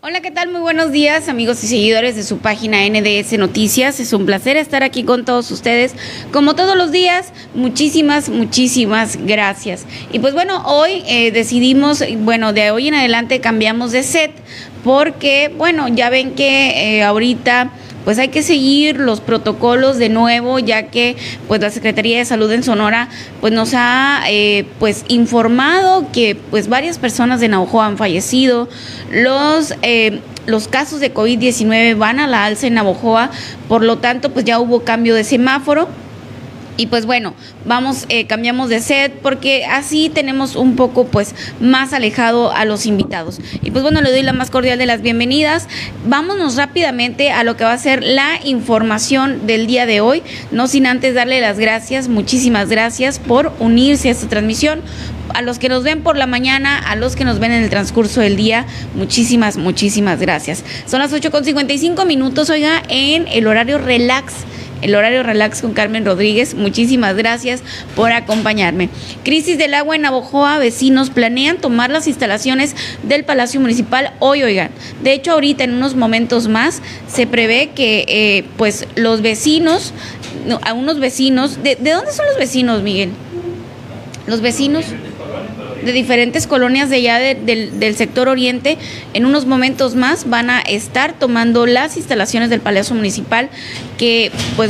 Hola, ¿qué tal? Muy buenos días, amigos y seguidores de su página NDS Noticias. Es un placer estar aquí con todos ustedes. Como todos los días, muchísimas gracias. Y pues bueno, hoy decidimos, de hoy en adelante cambiamos de set porque, ya ven que ahorita pues hay que seguir los protocolos de nuevo, ya que pues la Secretaría de Salud en Sonora pues nos ha informado que pues varias personas de Navojoa han fallecido. Los casos de COVID-19 van a la alza en Navojoa, por lo tanto pues ya hubo cambio de semáforo. Y pues cambiamos de set porque así tenemos un poco más alejado a los invitados. Y pues le doy la más cordial de las bienvenidas. Vámonos rápidamente a lo que va a ser la información del día de hoy, no sin antes darle las gracias, muchísimas gracias por unirse a esta transmisión. A los que nos ven por la mañana, a los que nos ven en el transcurso del día, muchísimas gracias. Son las 8:55, oiga, en el horario relax. El horario relax con Carmen Rodríguez. Muchísimas gracias por acompañarme. Crisis del agua en Navojoa. Vecinos planean tomar las instalaciones del Palacio Municipal hoy, oigan. De hecho, ahorita en unos momentos más se prevé que los vecinos, ¿de dónde son los vecinos, Miguel? Los vecinos de diferentes colonias de allá del sector oriente, en unos momentos más van a estar tomando las instalaciones del Palacio Municipal, que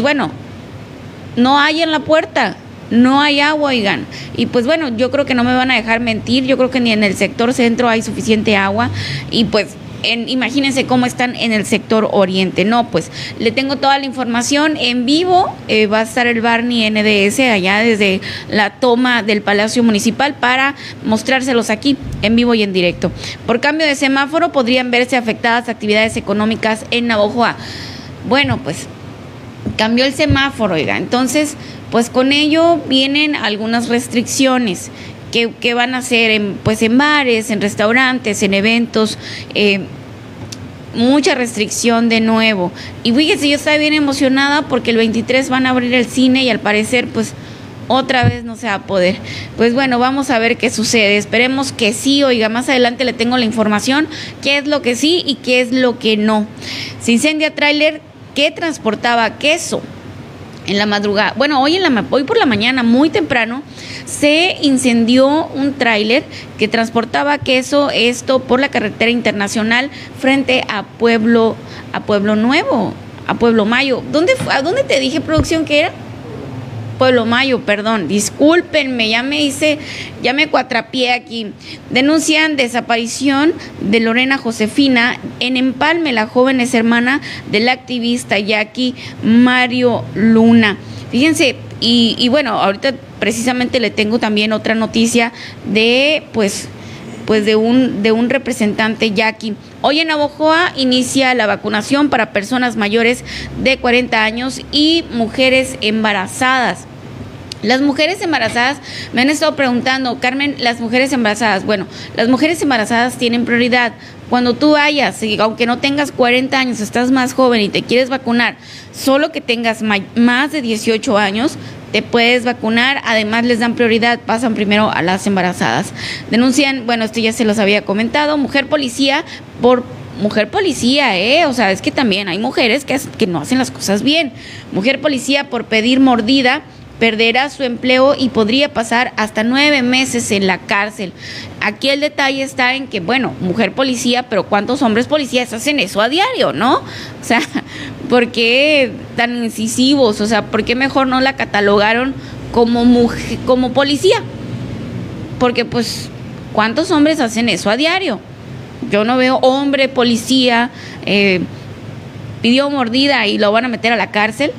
no hay en la puerta, no hay agua, oigan. Y yo creo que no me van a dejar mentir, yo creo que ni en el sector centro hay suficiente agua y imagínense cómo están en el sector oriente. No, le tengo toda la información en vivo. Va a estar el Barney NDS allá desde la toma del Palacio Municipal para mostrárselos aquí en vivo y en directo. Por cambio de semáforo podrían verse afectadas actividades económicas en Navojoa. Cambió el semáforo, oiga. Entonces, con ello vienen algunas restricciones. ¿Qué van a hacer en bares, en restaurantes, en eventos? Mucha restricción de nuevo. Y fíjese, yo estaba bien emocionada porque el 23 van a abrir el cine y al parecer otra vez no se va a poder. Vamos a ver qué sucede. Esperemos que sí, oiga, más adelante le tengo la información, qué es lo que sí y qué es lo que no. Se incendia tráiler que transportaba queso. En la madrugada, hoy por la mañana, muy temprano, se incendió un tráiler que transportaba queso, esto por la carretera internacional frente a Pueblo Nuevo, a Pueblo Mayo. ¿A dónde te dije, producción, que era? Pueblo Mayo, perdón, discúlpenme, ya me cuatrapié aquí. Denuncian desaparición de Lorena Josefina en Empalme. La joven es hermana del activista yaqui Mario Luna. Fíjense, y ahorita precisamente le tengo también otra noticia de de un representante yaqui. Hoy en Navojoa inicia la vacunación para personas mayores de 40 años y mujeres embarazadas. Las mujeres embarazadas, me han estado preguntando, Carmen, las mujeres embarazadas, las mujeres embarazadas tienen prioridad. Cuando tú vayas, aunque no tengas 40 años, estás más joven y te quieres vacunar, solo que tengas más de 18 años, te puedes vacunar. Además les dan prioridad, pasan primero a las embarazadas. Denuncian, esto ya se los había comentado, mujer policía, es que también hay mujeres que no hacen las cosas bien. Mujer policía por pedir mordida perderá su empleo y podría pasar hasta 9 meses en la cárcel. Aquí el detalle está en que, mujer policía, pero ¿cuántos hombres policías hacen eso a diario, no? O sea, ¿por qué tan incisivos? O sea, ¿por qué mejor no la catalogaron como mujer, como policía? Porque, ¿cuántos hombres hacen eso a diario? Yo no veo hombre policía, pidió mordida y lo van a meter a la cárcel.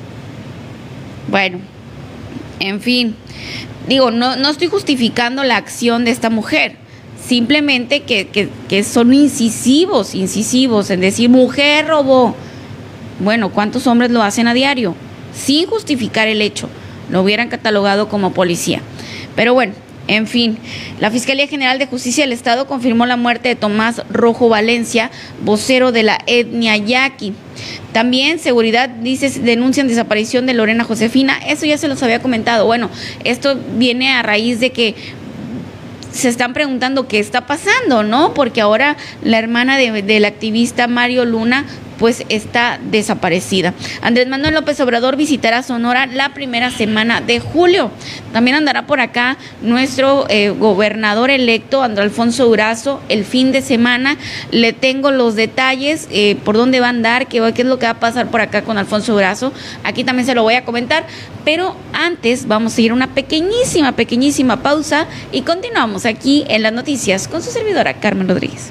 En fin, no estoy justificando la acción de esta mujer, simplemente que son incisivos en decir mujer robó. ¿Cuántos hombres lo hacen a diario? Sin justificar el hecho, lo hubieran catalogado como policía. Pero en fin, la Fiscalía General de Justicia del Estado confirmó la muerte de Tomás Rojo Valencia, vocero de la etnia yaqui. También seguridad denuncian desaparición de Lorena Josefina. Eso ya se los había comentado. Esto viene a raíz de que se están preguntando qué está pasando, ¿no? Porque ahora la hermana del activista Mario Luna pues está desaparecida. Andrés Manuel López Obrador visitará Sonora la primera semana de julio. También andará por acá nuestro gobernador electo, Andrés Alfonso Durazo, el fin de semana. Le tengo los detalles, por dónde va a andar, qué es lo que va a pasar por acá con Alfonso Durazo. Aquí también se lo voy a comentar, pero antes vamos a ir a una pequeñísima pausa y continuamos aquí en las noticias con su servidora Carmen Rodríguez.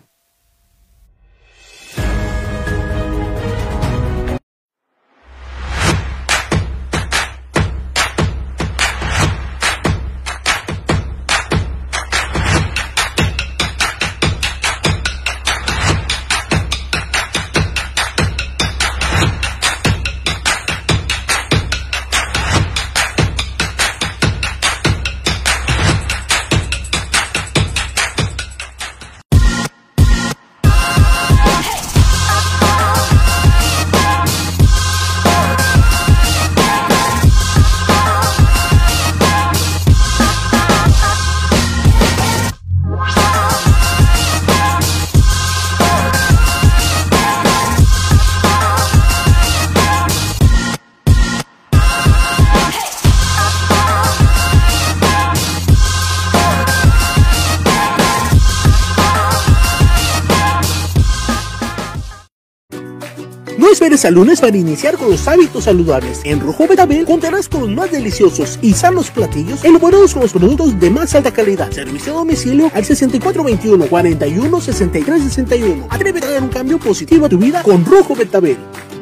No esperes al lunes para iniciar con los hábitos saludables. En Rojo Betabel contarás con los más deliciosos y sanos platillos elaborados con los productos de más alta calidad. Servicio a domicilio al 6421 41 63 61. Atrévete a dar un cambio positivo a tu vida con Rojo Betabel.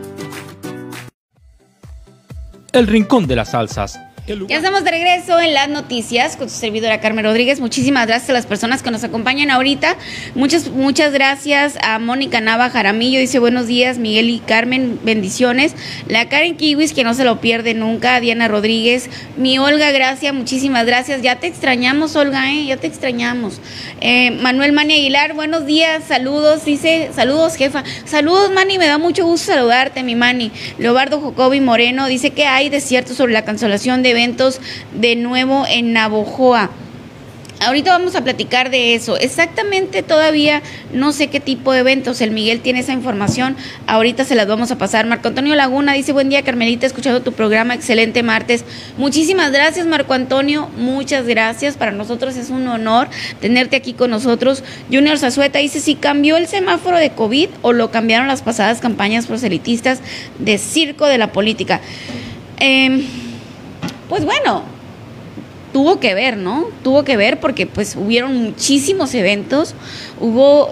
El rincón de las salsas. Ya estamos de regreso en las noticias con su servidora Carmen Rodríguez. Muchísimas gracias a las personas que nos acompañan ahorita. Muchas gracias a Mónica Nava Jaramillo. Dice buenos días, Miguel y Carmen, bendiciones. La Karen Kiwis, que no se lo pierde nunca. Diana Rodríguez. Mi Olga Gracia, muchísimas gracias. Ya te extrañamos, Olga, ya te extrañamos. Manuel Mani Aguilar, buenos días, saludos. Dice, saludos, jefa. Saludos, Mani, me da mucho gusto saludarte, mi Mani. Leobardo Jocobi Moreno dice que hay desierto sobre la cancelación de eventos de nuevo en Navojoa. Ahorita vamos a platicar de eso. Exactamente, todavía no sé qué tipo de eventos. El Miguel tiene esa información. Ahorita se las vamos a pasar. Marco Antonio Laguna dice, buen día, Carmelita, escuchando tu programa. Excelente martes. Muchísimas gracias, Marco Antonio. Muchas gracias. Para nosotros es un honor tenerte aquí con nosotros. Junior Zazueta dice, si cambió el semáforo de COVID o lo cambiaron las pasadas campañas proselitistas de circo de la política. Pues bueno, tuvo que ver, ¿no? Tuvo que ver porque pues hubieron muchísimos eventos, hubo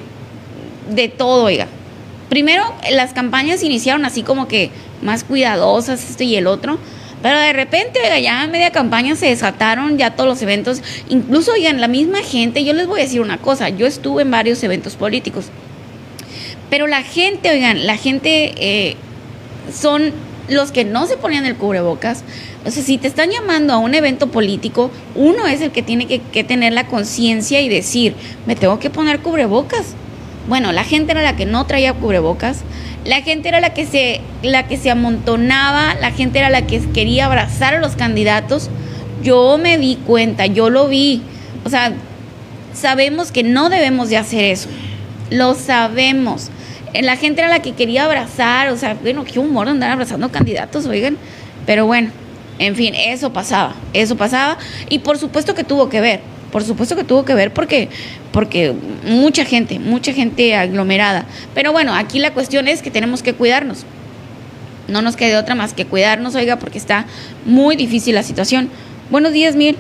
de todo, oiga. Primero, las campañas iniciaron así como que más cuidadosas, esto y el otro, pero de repente, oiga, ya a media campaña se desataron ya todos los eventos, incluso, oigan, la misma gente, yo les voy a decir una cosa, yo estuve en varios eventos políticos, pero la gente, oigan, la gente son los que no se ponían el cubrebocas. O sea, si te están llamando a un evento político, uno es el que tiene que tener la conciencia y decir, me tengo que poner cubrebocas. Bueno, la gente era la que no traía cubrebocas, la gente era la que se amontonaba, la gente era la que quería abrazar a los candidatos. Yo me di cuenta, yo lo vi. O sea, sabemos que no debemos de hacer eso. Lo sabemos. La gente era la que quería abrazar, o sea, bueno, qué humor andar abrazando candidatos, oigan. Pero bueno, en fin, eso pasaba, y por supuesto que tuvo que ver, porque mucha gente aglomerada. Pero bueno, aquí la cuestión es que tenemos que cuidarnos, no nos quede otra más que cuidarnos, oiga, porque está muy difícil la situación. Buenos días, Miguel.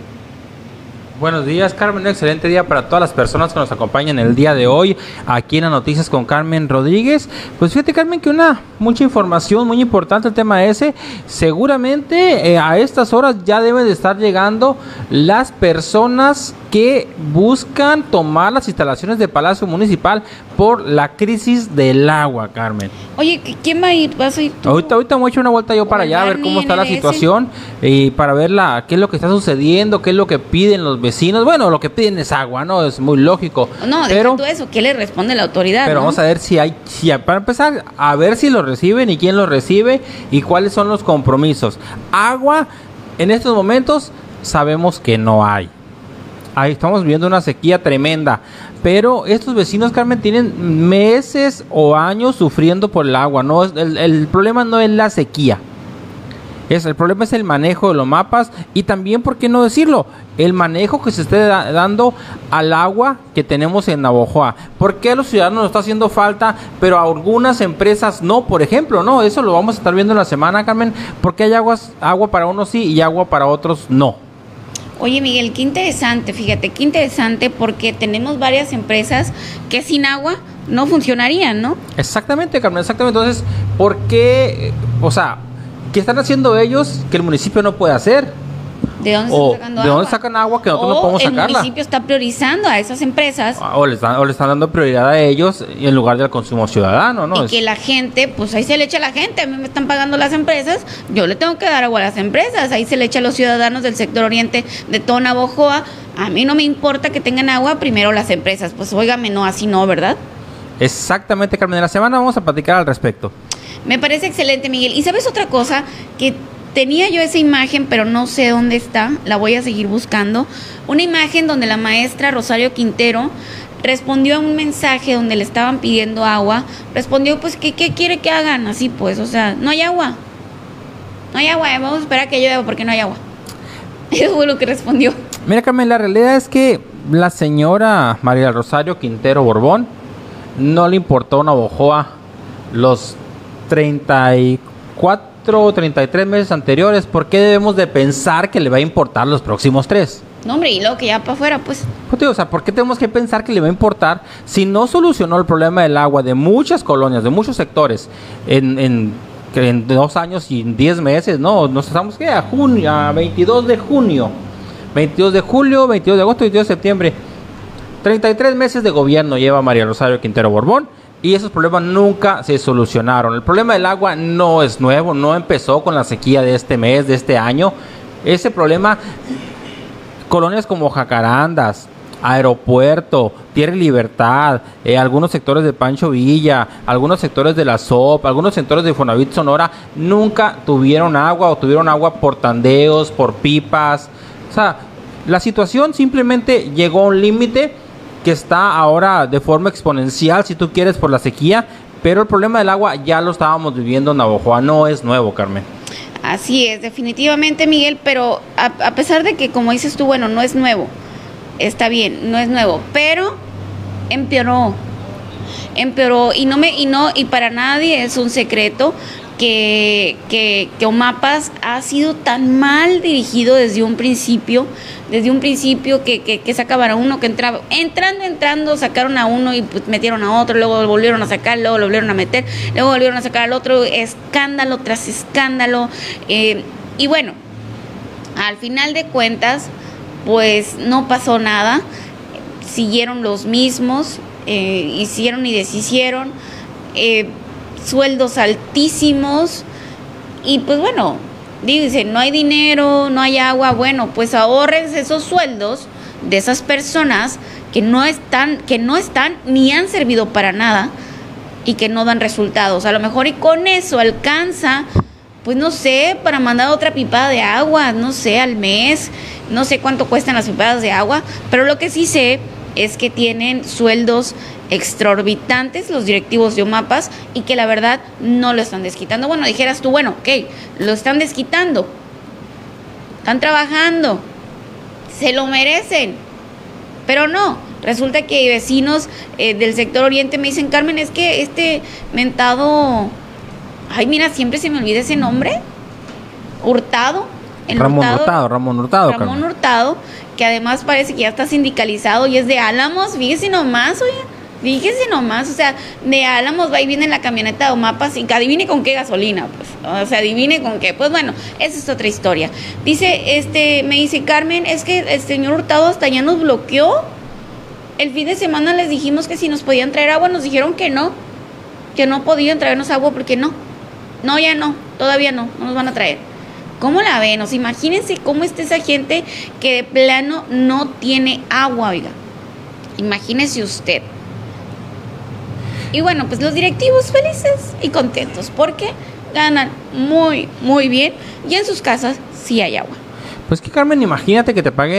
Buenos días, Carmen. Un excelente día para todas las personas que nos acompañan el día de hoy aquí en las noticias con Carmen Rodríguez. Pues fíjate, Carmen, que mucha información muy importante el tema ese. Seguramente a estas horas ya deben de estar llegando las personas que buscan tomar las instalaciones de Palacio Municipal por la crisis del agua, Carmen. Oye, ¿quién va a ir? ¿Vas a ir tú? Ahorita me voy a echar una vuelta yo para allá a ver cómo está la situación y para ver qué es lo que está sucediendo, qué es lo que piden los vecinos. Bueno, lo que piden es agua, ¿no? Es muy lógico. No, deja tú eso, ¿qué le responde la autoridad? Pero ¿no? Vamos a ver para empezar, a ver si lo reciben y quién lo recibe y cuáles son los compromisos. Agua, en estos momentos, sabemos que no hay. ahí estamos viviendo una sequía tremenda, pero estos vecinos, Carmen, tienen meses o años sufriendo por el agua. No, el problema no es la sequía. El problema es el manejo de los mapas y también, ¿por qué no decirlo?, el manejo que se esté dando al agua que tenemos en Navojoa. ¿Por qué a los ciudadanos nos está haciendo falta, pero a algunas empresas no? Por ejemplo, no, eso lo vamos a estar viendo en la semana, Carmen. ¿Por qué hay agua para unos sí y agua para otros no? Oye, Miguel, qué interesante, fíjate, qué interesante, porque tenemos varias empresas que sin agua no funcionarían, ¿no? Exactamente, Carmen, exactamente. Entonces, ¿por qué? O sea, ¿qué están haciendo ellos que el municipio no puede hacer? ¿De dónde están sacando agua? ¿De dónde sacan agua que nosotros no podemos sacarla? El municipio está priorizando a esas empresas. O le están dando prioridad a ellos en lugar del consumo ciudadano, ¿no? Y que la gente, pues ahí se le echa a la gente. A mí me están pagando las empresas, yo le tengo que dar agua a las empresas. Ahí se le echa a los ciudadanos del sector oriente de toda Navojoa. A mí no me importa que tengan agua, primero las empresas. Pues óigame, no, así no, ¿verdad? Exactamente, Carmen. En la semana vamos a platicar al respecto. Me parece excelente, Miguel. Y ¿sabes otra cosa? Que tenía yo esa imagen, pero no sé dónde está. La voy a seguir buscando. Una imagen donde la maestra Rosario Quintero respondió a un mensaje donde le estaban pidiendo agua. Respondió, pues, ¿qué quiere que hagan? Así pues, o sea, no hay agua. No hay agua, vamos a esperar a que llueva porque no hay agua. Eso fue lo que respondió. Mira, Carmen, la realidad es que la señora María Rosario Quintero Borbón no le importó Navojoa los 34 o 33 meses anteriores. ¿Por qué debemos de pensar que le va a importar los próximos 3? No, hombre, y luego que ya para afuera, pues. O sea, ¿por qué tenemos que pensar que le va a importar si no solucionó el problema del agua de muchas colonias, de muchos sectores, en 2 años y 10 meses? No, nos estamos a junio, a 22 de junio, 22 de julio, 22 de agosto, 22 de septiembre. 33 meses de gobierno lleva María Rosario Quintero Borbón y esos problemas nunca se solucionaron. El problema del agua no es nuevo, no empezó con la sequía de este mes, de este año. Ese problema, colonias como Jacarandas, Aeropuerto, Tierra y Libertad, algunos sectores de Pancho Villa, algunos sectores de la SOP, algunos sectores de Infonavit Sonora, nunca tuvieron agua o tuvieron agua por tandeos, por pipas. O sea, la situación simplemente llegó a un límite que está ahora de forma exponencial, si tú quieres, por la sequía, pero el problema del agua ya lo estábamos viviendo en Navojoa, no es nuevo, Carmen. Así es, definitivamente, Miguel, pero a pesar de que, como dices tú, bueno, no es nuevo, está bien, no es nuevo, pero empeoró y para nadie es un secreto que OMAPAS ha sido tan mal dirigido desde un principio que sacaban a uno, que entrando, sacaron a uno y pues metieron a otro, luego lo volvieron a sacar, luego lo volvieron a meter, luego volvieron a sacar al otro, escándalo tras escándalo, y bueno, al final de cuentas, pues no pasó nada, siguieron los mismos, hicieron y deshicieron, sueldos altísimos, y pues bueno, dicen, no hay dinero, no hay agua. Bueno, pues ahórrense esos sueldos de esas personas que no están ni han servido para nada y que no dan resultados. A lo mejor y con eso alcanza, pues no sé, para mandar otra pipada de agua, no sé, al mes, no sé cuánto cuestan las pipadas de agua, pero lo que sí sé es que tienen sueldos exorbitantes los directivos de OMAPAS y que la verdad no lo están desquitando. Bueno, dijeras tú, bueno, ok, lo están desquitando, están trabajando, se lo merecen, pero no, resulta que vecinos del sector oriente me dicen, Carmen, es que este mentado, ay mira, siempre se me olvida ese nombre, Hurtado, Ramón Hurtado, que además parece que ya está sindicalizado y es de Álamos, fíjese nomás, o sea, de Álamos va y viene en la camioneta de OMAPAS y adivine con qué gasolina, pues, o sea, adivine con qué, pues bueno, esa es otra historia. Dice, me dice Carmen, es que el señor Hurtado hasta ya nos bloqueó, el fin de semana les dijimos que si nos podían traer agua, nos dijeron que no podían traernos agua porque no, ya no, todavía no nos van a traer. ¿Cómo la ven? O sea, imagínense cómo está esa gente que de plano no tiene agua, oiga. Imagínese usted. Y bueno, pues los directivos felices y contentos porque ganan muy, muy bien y en sus casas sí hay agua. Pues que, Carmen, imagínate que te paguen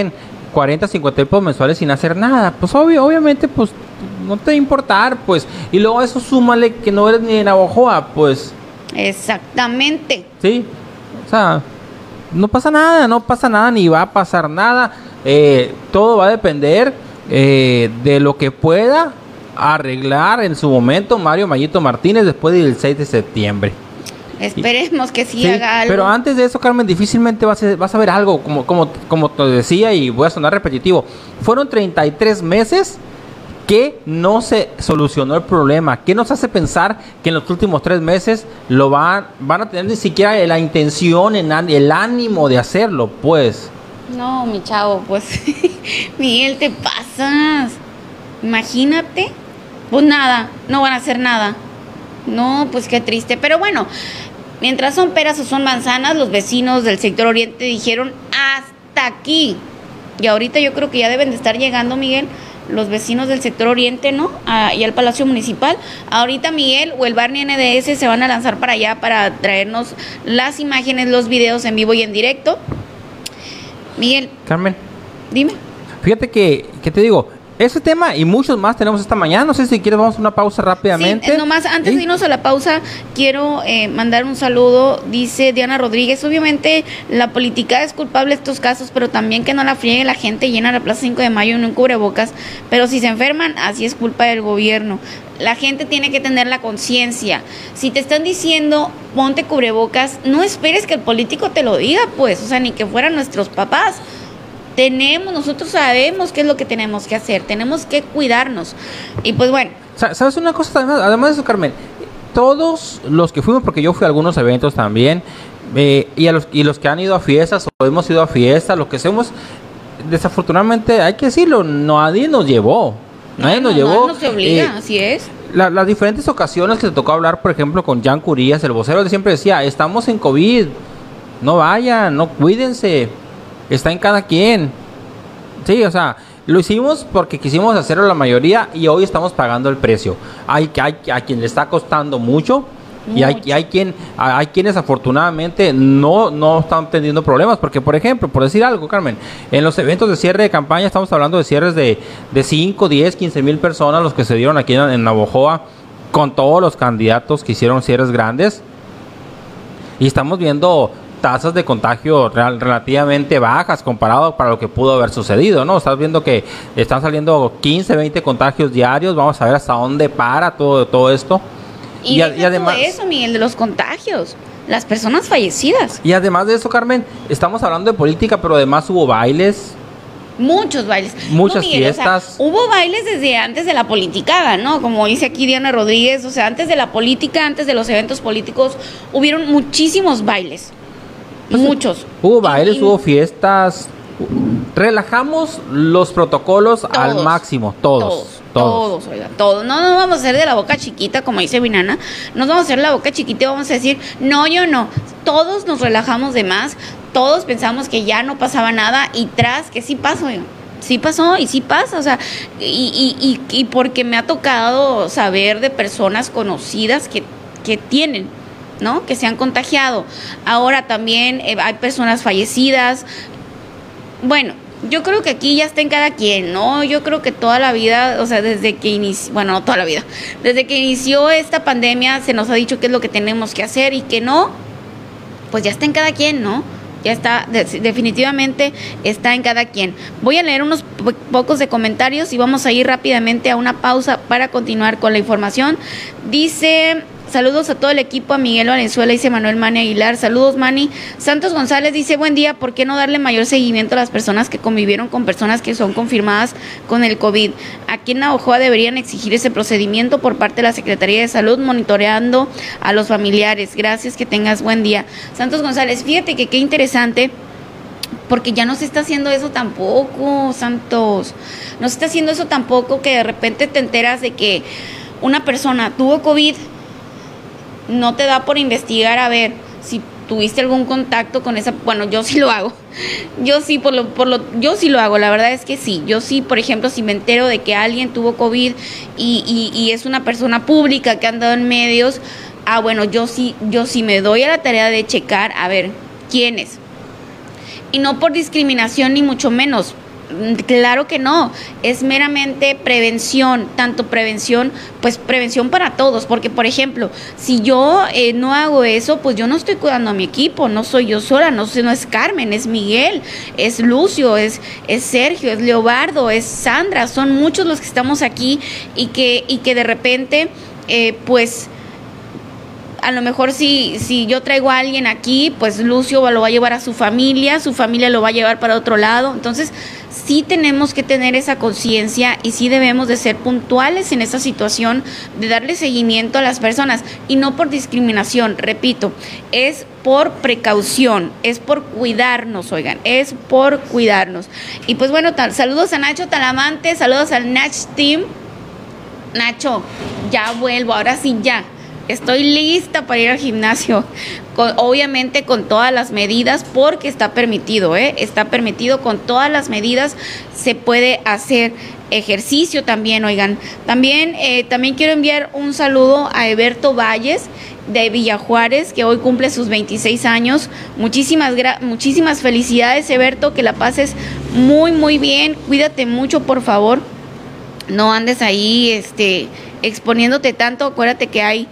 40, 50 pesos mensuales sin hacer nada. Pues obviamente, pues no te va a importar, pues. Y luego a eso súmale que no eres ni de Navojoa, pues. Exactamente. Sí, o sea, no pasa nada, ni va a pasar nada. Todo va a depender de lo que pueda arreglar en su momento Mario Mayito Martínez después del 6 de septiembre. Esperemos que sí haga algo. Pero antes de eso, Carmen, difícilmente vas a ver algo, como te decía, y voy a sonar repetitivo. Fueron 33 meses que no se solucionó el problema. ¿Qué nos hace pensar que en los últimos 3 meses lo van a tener ni siquiera la intención, el ánimo de hacerlo, pues? No, mi chavo, pues, Miguel, te pasas. Imagínate. Pues nada, no van a hacer nada. No, pues qué triste. Pero bueno, mientras son peras o son manzanas, los vecinos del sector oriente dijeron hasta aquí. Y ahorita yo creo que ya deben de estar llegando, Miguel, los vecinos del sector oriente, ¿no? Y al Palacio Municipal. Ahorita Miguel o el Barney NDS se van a lanzar para allá para traernos las imágenes, los videos en vivo y en directo. Miguel. Carmen. Dime. Fíjate que te digo, ese tema y muchos más tenemos esta mañana. No sé si quieres, vamos a una pausa rápidamente. Sí, nomás antes de irnos a la pausa, quiero mandar un saludo. Dice Diana Rodríguez, obviamente la política es culpable de estos casos, pero también que no la friegue la gente llena la Plaza 5 de Mayo en un cubrebocas. Pero si se enferman, así es culpa del gobierno. La gente tiene que tener la conciencia. Si te están diciendo ponte cubrebocas, no esperes que el político te lo diga, pues, o sea, ni que fueran nuestros papás. Nosotros sabemos qué es lo que tenemos que hacer, tenemos que cuidarnos. Y pues bueno. ¿Sabes una cosa? Además de eso, Carmen, todos los que fuimos, porque yo fui a algunos eventos también, y los que han ido a fiestas o hemos ido a fiestas, lo que hacemos, desafortunadamente, hay que decirlo, nadie nos llevó. Nadie nos llevó. No se obliga, así es. Las diferentes ocasiones que te tocó hablar, por ejemplo, con Jan Curías, el vocero, siempre decía, estamos en COVID, no vayan, no cuídense. Está en cada quien. Sí, o sea, lo hicimos porque quisimos hacerlo la mayoría y hoy estamos pagando el precio. Hay a quien le está costando mucho. Y hay quienes afortunadamente no están teniendo problemas. Porque, por ejemplo, por decir algo, Carmen, en los eventos de cierre de campaña estamos hablando de cierres de 5, 10, 15 mil personas los que se dieron aquí en Navojoa con todos los candidatos que hicieron cierres grandes. Y estamos viendo tasas de contagio relativamente bajas comparado para lo que pudo haber sucedido, ¿no? Estás viendo que están saliendo 15, 20 contagios diarios. Vamos a ver hasta dónde para todo esto. Y además eso, Miguel, de los contagios, las personas fallecidas. Y además de eso, Carmen, estamos hablando de política, pero además hubo bailes. Muchos bailes. Muchas fiestas. O sea, hubo bailes desde antes de la politicada, ¿no? Como dice aquí Diana Rodríguez, o sea, antes de la política, antes de los eventos políticos, hubieron muchísimos bailes. Pues muchos. Hubo bailes, hubo fiestas. Relajamos los protocolos al máximo, todos. Oiga, todos. No nos vamos a hacer de la boca chiquita, como dice Vinana. Nos vamos a hacer la boca chiquita y vamos a decir, no, yo no. Todos nos relajamos de más. Todos pensamos que ya no pasaba nada y tras que sí pasó, oiga. Sí pasó y sí pasa, o sea, y porque me ha tocado saber de personas conocidas que tienen, ¿no? Que se han contagiado. Ahora también hay personas fallecidas. Bueno, yo creo que aquí ya está en cada quien, ¿no? Yo creo que toda la vida, o sea, desde que inició esta pandemia se nos ha dicho qué es lo que tenemos que hacer y que no, pues ya está en cada quien, ¿no? Ya está, definitivamente está en cada quien. Voy a leer unos pocos de comentarios y vamos a ir rápidamente a una pausa para continuar con la información. Dice... Saludos a todo el equipo, a Miguel Valenzuela, dice Manuel Mani Aguilar. Saludos, Mani. Santos González dice, buen día, ¿por qué no darle mayor seguimiento a las personas que convivieron con personas que son confirmadas con el COVID? Aquí en Navojoa deberían exigir ese procedimiento por parte de la Secretaría de Salud, monitoreando a los familiares. Gracias, que tengas buen día. Santos González, fíjate que qué interesante, porque ya no se está haciendo eso tampoco, Santos. No se está haciendo eso tampoco, que de repente te enteras de que una persona tuvo COVID, no te da por investigar a ver si tuviste algún contacto con esa. Bueno, yo sí lo hago. Yo sí yo sí lo hago. La verdad es que sí. Yo sí, por ejemplo, si me entero de que alguien tuvo COVID y es una persona pública que ha andado en medios, bueno, yo sí me doy a la tarea de checar a ver quién es. Y no por discriminación ni mucho menos, Claro que no, es meramente prevención, tanto prevención, pues prevención para todos, porque por ejemplo, si yo no hago eso, pues yo no estoy cuidando a mi equipo, no soy yo sola, no es Carmen, es Miguel, es Lucio, es Sergio, es Leobardo, es Sandra, son muchos los que estamos aquí y que de repente, pues a lo mejor si yo traigo a alguien aquí, pues Lucio lo va a llevar a su familia lo va a llevar para otro lado. Entonces, sí tenemos que tener esa conciencia y sí debemos de ser puntuales en esa situación, de darle seguimiento a las personas y no por discriminación, repito, es por precaución, es por cuidarnos, oigan, es por cuidarnos. Y pues bueno, saludos a Nacho Talamante, saludos al Nach Team. Nacho, ya vuelvo, ahora sí ya. Estoy lista para ir al gimnasio, obviamente con todas las medidas, porque está permitido, está permitido con todas las medidas, se puede hacer ejercicio también, oigan. También quiero enviar un saludo a Eberto Valles de Villajuárez, que hoy cumple sus 26 años. Muchísimas felicidades, Eberto, que la pases muy, muy bien. Cuídate mucho, por favor. No andes ahí exponiéndote tanto. Acuérdate que hay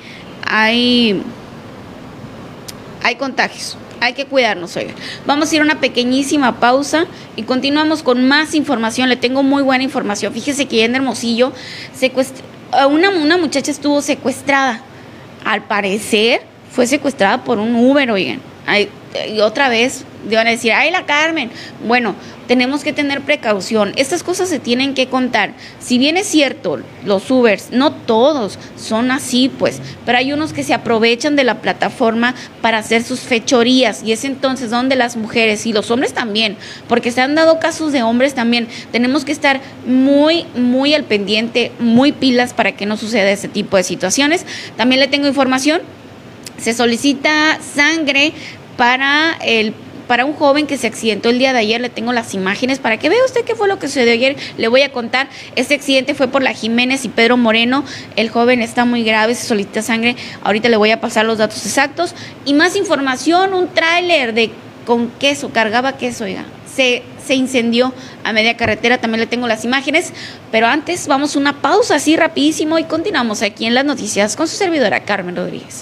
contagios, hay que cuidarnos, oigan. Vamos a ir a una pequeñísima pausa y continuamos con más información. Le tengo muy buena información. Fíjese que en Hermosillo una muchacha estuvo secuestrada. Al parecer fue secuestrada por un Uber, oigan. Y otra vez van a decir, ¡ay, la Carmen! Bueno, tenemos que tener precaución. Estas cosas se tienen que contar. Si bien es cierto, los Ubers, no todos son así, pues, pero hay unos que se aprovechan de la plataforma para hacer sus fechorías, y es entonces donde las mujeres y los hombres también, porque se han dado casos de hombres también, tenemos que estar muy, muy al pendiente, muy pilas para que no suceda ese tipo de situaciones. También le tengo información. Se solicita sangre para un joven que se accidentó el día de ayer. Le tengo las imágenes para que vea usted qué fue lo que sucedió ayer. Le voy a contar. Este accidente fue por la Jiménez y Pedro Moreno. El joven está muy grave, se solicita sangre. Ahorita le voy a pasar los datos exactos. Y más información, un tráiler con queso, cargaba queso, oiga. Se incendió a media carretera, también le tengo las imágenes, pero antes vamos a una pausa así rapidísimo y continuamos aquí en las noticias con su servidora Carmen Rodríguez.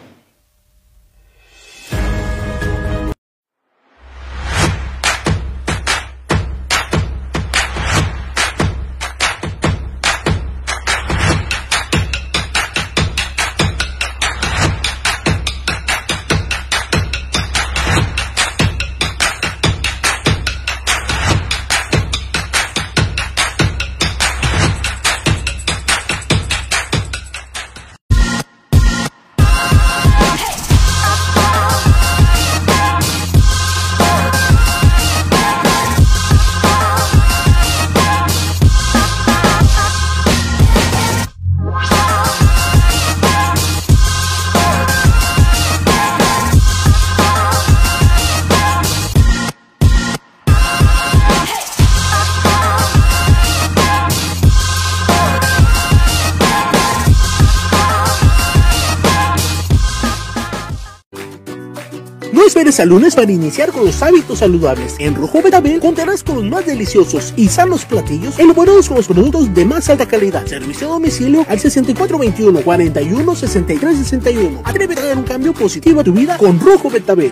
No esperes al lunes para iniciar con los hábitos saludables. En Rojo Betabel contarás con los más deliciosos y sanos platillos elaborados con los productos de más alta calidad. Servicio a domicilio al 6421 41 63 61. Atrévete a dar un cambio positivo a tu vida con Rojo Betabel.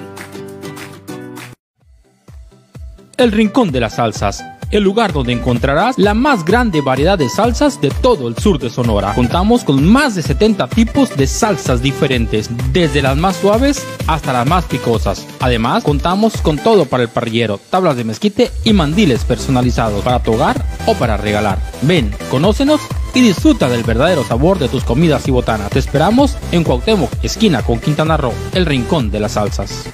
El Rincón de las Salsas, el lugar donde encontrarás la más grande variedad de salsas de todo el sur de Sonora. Contamos con más de 70 tipos de salsas diferentes, desde las más suaves hasta las más picosas. Además, contamos con todo para el parrillero, tablas de mezquite y mandiles personalizados para tu hogar o para regalar. Ven, conócenos y disfruta del verdadero sabor de tus comidas y botanas. Te esperamos en Cuauhtémoc, esquina con Quintana Roo, el Rincón de las Salsas.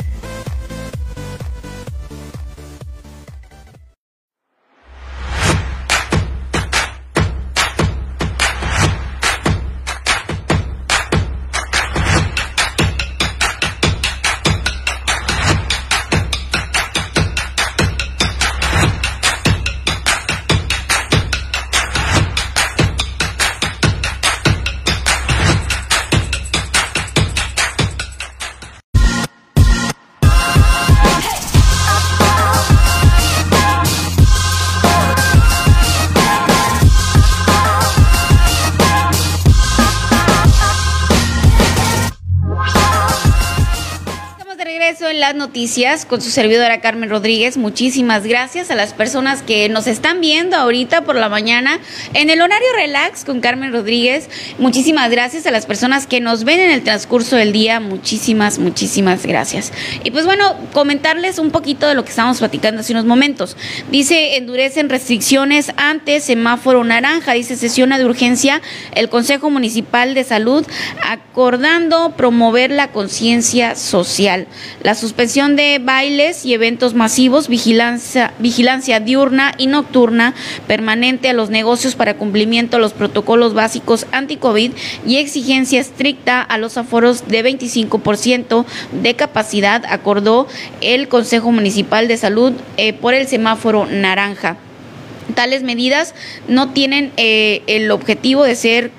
en las noticias con su servidora Carmen Rodríguez. Muchísimas gracias a las personas que nos están viendo ahorita por la mañana en el horario relax con Carmen Rodríguez. Muchísimas gracias a las personas que nos ven en el transcurso del día. Muchísimas gracias. Y pues bueno, comentarles un poquito de lo que estábamos platicando hace unos momentos. Dice, endurecen restricciones ante semáforo naranja. Dice, sesiona de urgencia el Consejo Municipal de Salud acordando promover la conciencia social. La suspensión de bailes y eventos masivos, vigilancia diurna y nocturna permanente a los negocios para cumplimiento de los protocolos básicos anti-COVID y exigencia estricta a los aforos de 25% de capacidad, acordó el Consejo Municipal de Salud por el semáforo naranja. Tales medidas no tienen el objetivo de ser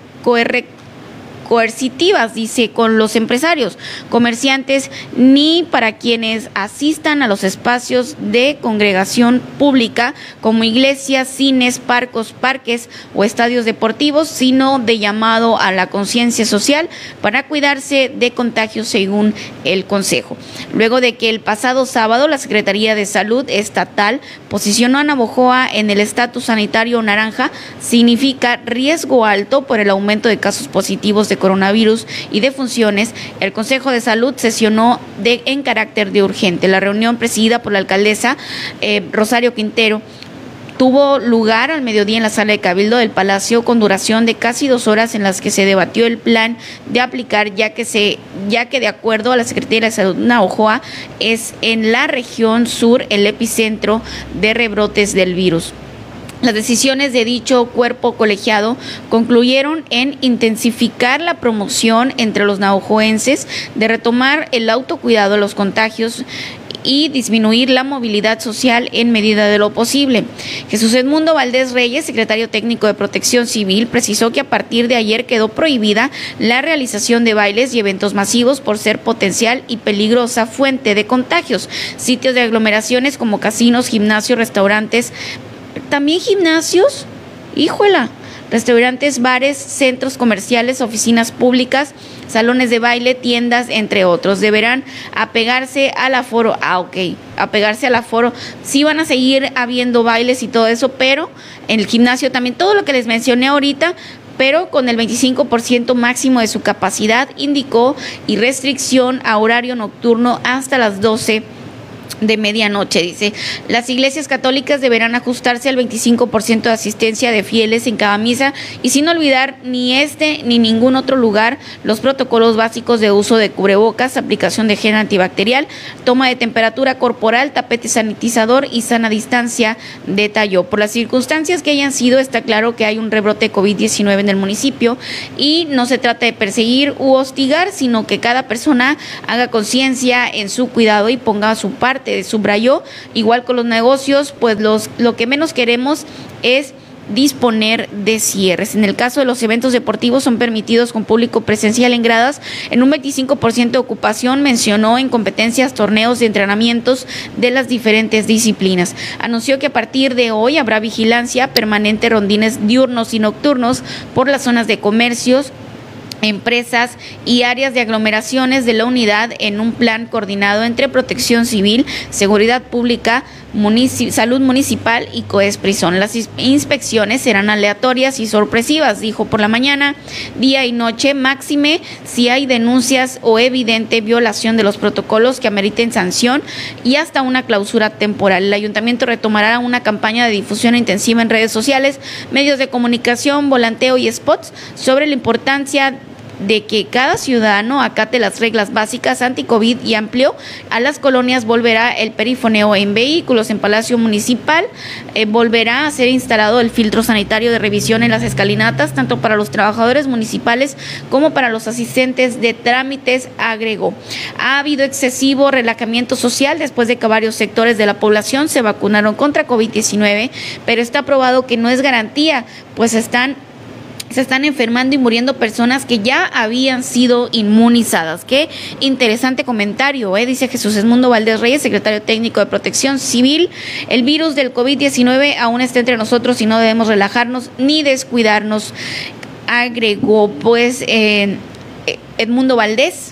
coercitivas, dice, con los empresarios, comerciantes, ni para quienes asistan a los espacios de congregación pública como iglesias, cines, parques o estadios deportivos, sino de llamado a la conciencia social para cuidarse de contagios, según el Consejo. Luego de que el pasado sábado la Secretaría de Salud Estatal posicionó a Navojoa en el estatus sanitario naranja, significa riesgo alto por el aumento de casos positivos de coronavirus y defunciones, el Consejo de Salud sesionó en carácter de urgente. La reunión presidida por la alcaldesa Rosario Quintero tuvo lugar al mediodía en la sala de Cabildo del Palacio con duración de casi 2 horas en las que se debatió el plan de aplicar, ya que de acuerdo a la Secretaría de Salud Navojoa es en la región sur el epicentro de rebrotes del virus. Las decisiones de dicho cuerpo colegiado concluyeron en intensificar la promoción entre los navojoenses de retomar el autocuidado de los contagios y disminuir la movilidad social en medida de lo posible. Jesús Edmundo Valdés Reyes, secretario técnico de Protección Civil, precisó que a partir de ayer quedó prohibida la realización de bailes y eventos masivos por ser potencial y peligrosa fuente de contagios. Sitios de aglomeraciones como casinos, gimnasios, restaurantes, también gimnasios, híjola, restaurantes, bares, centros comerciales, oficinas públicas, salones de baile, tiendas, entre otros, deberán apegarse al aforo. Apegarse al aforo. Sí van a seguir habiendo bailes y todo eso, pero en el gimnasio también, todo lo que les mencioné ahorita, pero con el 25% máximo de su capacidad, indicó, y restricción a horario nocturno hasta las 12 de medianoche. Dice, las iglesias católicas deberán ajustarse al 25% de asistencia de fieles en cada misa y sin olvidar ni ni ningún otro lugar los protocolos básicos de uso de cubrebocas, aplicación de gel antibacterial, toma de temperatura corporal, tapete sanitizador y sana distancia, detalló. Por las circunstancias que hayan sido, está claro que hay un rebrote de COVID-19 en el municipio y no se trata de perseguir u hostigar, sino que cada persona haga conciencia en su cuidado y ponga su parte. Subrayó, igual con los negocios, pues lo que menos queremos es disponer de cierres. En el caso de los eventos deportivos son permitidos con público presencial en gradas en un 25% de ocupación, mencionó, en competencias, torneos y entrenamientos de las diferentes disciplinas. Anunció que a partir de hoy habrá vigilancia permanente, rondines diurnos y nocturnos por las zonas de comercios, empresas y áreas de aglomeraciones de la unidad en un plan coordinado entre Protección Civil, Seguridad Pública, Salud Municipal y COESPRISON. Las inspecciones serán aleatorias y sorpresivas, dijo, por la mañana, día y noche, máxime si hay denuncias o evidente violación de los protocolos que ameriten sanción y hasta una clausura temporal. El ayuntamiento retomará una campaña de difusión intensiva en redes sociales, medios de comunicación, volanteo y spots sobre la importancia de que cada ciudadano acate las reglas básicas anti-COVID y amplió a las colonias. Volverá el perifoneo en vehículos. En Palacio Municipal volverá a ser instalado el filtro sanitario de revisión en las escalinatas, tanto para los trabajadores municipales como para los asistentes de trámites, agregó. Ha habido excesivo relajamiento social después de que varios sectores de la población se vacunaron contra COVID-19, pero está probado que no es garantía, pues se están enfermando y muriendo personas que ya habían sido inmunizadas. Qué interesante comentario, dice Jesús Edmundo Valdés Reyes, secretario técnico de Protección Civil. El virus del COVID-19 aún está entre nosotros y no debemos relajarnos ni descuidarnos, agregó. Pues Edmundo Valdés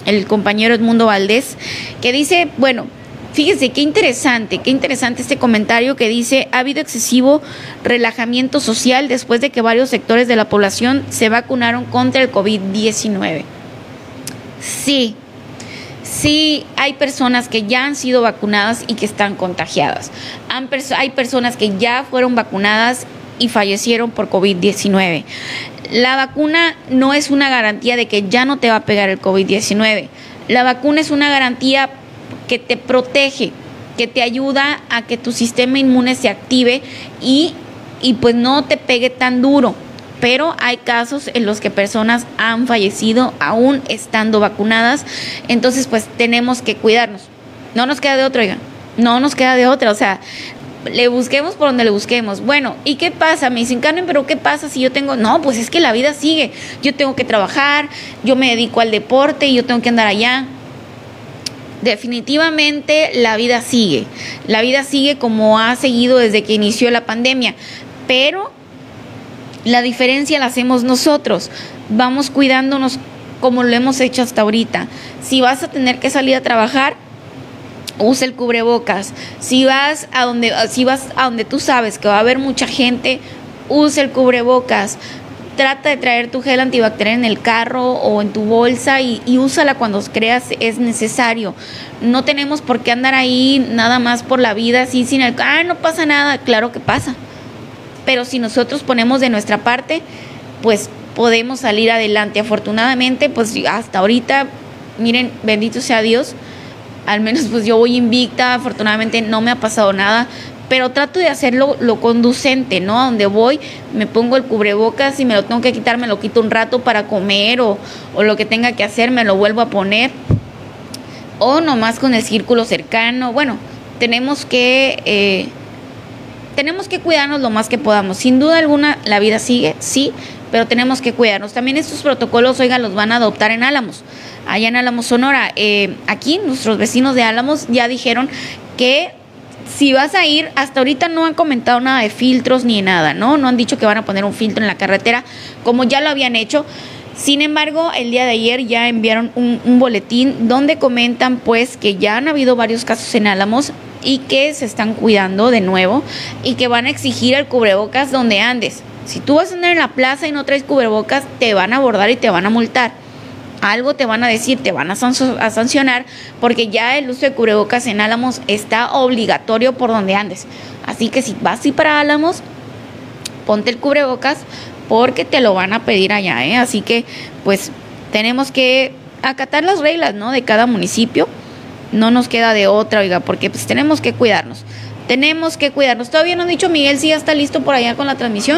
el compañero Edmundo Valdés, que dice, bueno, fíjense qué interesante este comentario que dice: ha habido excesivo relajamiento social después de que varios sectores de la población se vacunaron contra el COVID-19. Sí, hay personas que ya han sido vacunadas y que están contagiadas. Hay personas que ya fueron vacunadas y fallecieron por COVID-19. La vacuna no es una garantía de que ya no te va a pegar el COVID-19. La vacuna es una garantía que te protege, que te ayuda a que tu sistema inmune se active y pues no te pegue tan duro. Pero hay casos en los que personas han fallecido aún estando vacunadas. Entonces, pues tenemos que cuidarnos. No nos queda de otra, oiga. No nos queda de otra. O sea, le busquemos por donde le busquemos. Bueno, ¿y qué pasa? Me dicen, Carmen, ¿pero qué pasa si yo tengo...? No, pues es que la vida sigue. Yo tengo que trabajar, yo me dedico al deporte y yo tengo que andar allá. Definitivamente la vida sigue. La vida sigue como ha seguido desde que inició la pandemia. Pero la diferencia la hacemos nosotros. Vamos cuidándonos como lo hemos hecho hasta ahorita. Si vas a tener que salir a trabajar, usa el cubrebocas. Si vas a donde tú sabes que va a haber mucha gente, usa el cubrebocas. Trata de traer tu gel antibacterial en el carro o en tu bolsa y úsala cuando creas es necesario. No tenemos por qué andar ahí nada más por la vida así sin el... no pasa nada. Claro que pasa. Pero si nosotros ponemos de nuestra parte, pues podemos salir adelante. Afortunadamente, pues hasta ahorita, miren, bendito sea Dios, al menos pues yo voy invicta, afortunadamente no me ha pasado nada, pero trato de hacerlo lo conducente, ¿no? A donde voy, me pongo el cubrebocas, y me lo tengo que quitar, me lo quito un rato para comer o lo que tenga que hacer, me lo vuelvo a poner, o nomás con el círculo cercano. Bueno, tenemos que cuidarnos lo más que podamos. Sin duda alguna, la vida sigue, sí, pero tenemos que cuidarnos. También estos protocolos, oigan, los van a adoptar en Álamos, allá en Álamos, Sonora. Aquí nuestros vecinos de Álamos ya dijeron que si vas a ir, hasta ahorita no han comentado nada de filtros ni nada, ¿no? No han dicho que van a poner un filtro en la carretera, como ya lo habían hecho. Sin embargo, el día de ayer ya enviaron un boletín donde comentan pues que ya han habido varios casos en Álamos y que se están cuidando de nuevo y que van a exigir el cubrebocas donde andes. Si tú vas a andar en la plaza y no traes cubrebocas, te van a abordar y te van a multar. Algo te van a decir, te van a sancionar, porque ya el uso de cubrebocas en Álamos está obligatorio por donde andes. Así que si vas a ir para Álamos, ponte el cubrebocas porque te lo van a pedir allá, ¿eh? Así que pues tenemos que acatar las reglas, ¿no?, de cada municipio. No nos queda de otra, oiga, porque pues tenemos que cuidarnos. Todavía no han dicho Miguel si ya está listo por allá con la transmisión.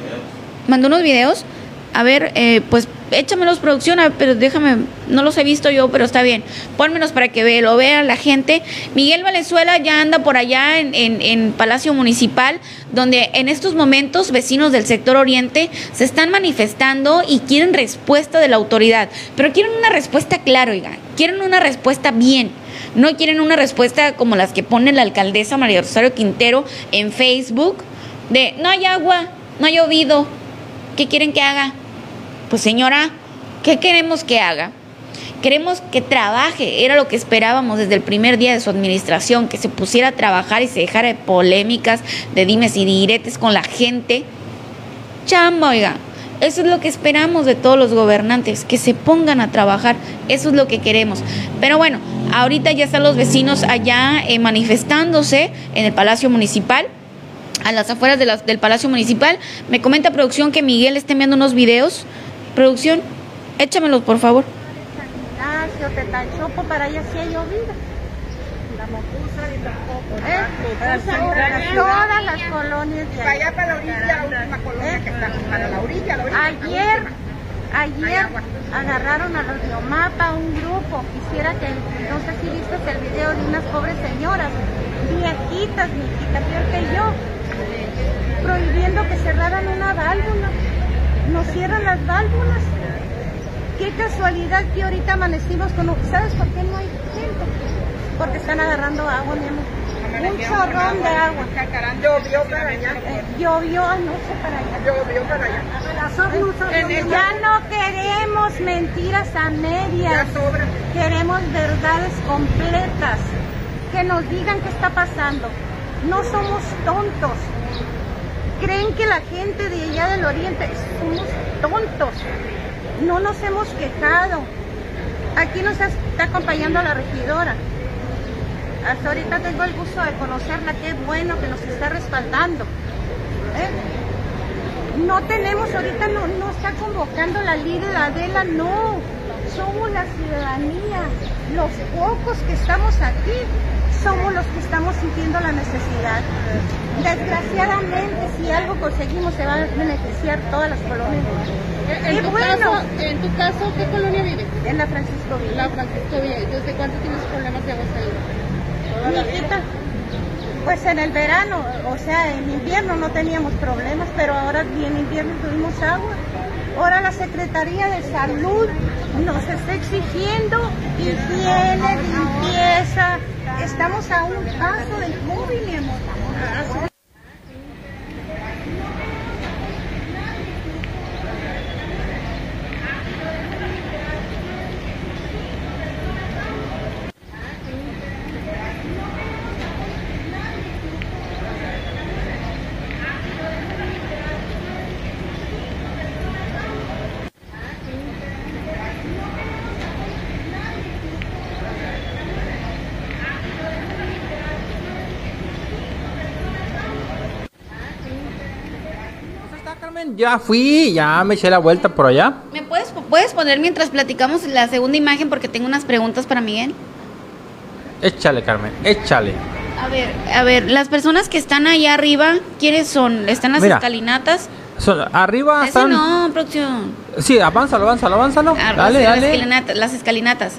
Mandó unos videos. A ver, pues échamelos, producción, pero déjame, no los he visto yo, pero está bien. Pónmelos para que lo vea la gente. Miguel Valenzuela ya anda por allá en Palacio Municipal, donde en estos momentos vecinos del sector oriente se están manifestando y quieren respuesta de la autoridad. Pero quieren una respuesta clara, oiga. Quieren una respuesta bien. No quieren una respuesta como las que pone la alcaldesa María Rosario Quintero en Facebook, de no hay agua, no ha llovido, ¿qué quieren que haga? Pues señora, ¿qué queremos que haga? Queremos que trabaje, era lo que esperábamos desde el primer día de su administración, que se pusiera a trabajar y se dejara de polémicas, de dimes y diretes con la gente. Chamba, oiga, eso es lo que esperamos de todos los gobernantes, que se pongan a trabajar, eso es lo que queremos. Pero bueno, ahorita ya están los vecinos allá manifestándose en el Palacio Municipal, a las afueras del Palacio Municipal. Me comenta producción que Miguel está enviando unos videos. Producción, échamelos por favor. San Ignacio, Tetachopo, para allá sí ha llovido. La Mocusa y tampoco. Todas las colonias de allá. Para allá, para la orilla, la última colonia que está para la orilla. Ayer agarraron a los de Omapa, un grupo. Quisiera que, no sé si viste el video de unas pobres señoras, viejitas, peor que yo, prohibiendo que cerraran una válvula. Nos cierran las válvulas. Qué casualidad que ahorita amanecimos con... ¿Sabes por qué no hay gente? Porque están agarrando agua, mi amor. Un chorrón de agua. Llovió para allá. Llovió anoche para allá. Llovió para allá. Ya no queremos mentiras a medias. Ya sobra. Queremos verdades completas. Que nos digan qué está pasando. No somos tontos. Creen que la gente de allá del oriente somos tontos. No nos hemos quejado. Aquí nos está acompañando la regidora. Hasta ahorita tengo el gusto de conocerla. Qué bueno que nos está respaldando. No tenemos, ahorita no está convocando la líder Adela, no. Somos la ciudadanía. Los pocos que estamos aquí somos los que estamos sintiendo la necesidad. Desgraciadamente, si algo conseguimos, se va a beneficiar todas las colonias. En tu caso, ¿qué colonia vives? En la Francisco Villa. La Francisco Villa. ¿Desde cuánto tienes problemas de agua salida? Mijita, pues en el verano, o sea, en invierno no teníamos problemas, pero ahora ni en invierno tuvimos agua. Ahora la Secretaría de Salud nos está exigiendo higiene, limpieza. Estamos a un paso del COVID, mi amor. Ya fui, ya me eché la vuelta por allá. ¿Me puedes poner mientras platicamos la segunda imagen porque tengo unas preguntas para Miguel? Échale, Carmen, échale. A ver, las personas que están allá arriba, ¿quiénes son? ¿Están las escalinatas? Arriba están... No, producción. Sí, avánzalo. Dale. Las escalinatas.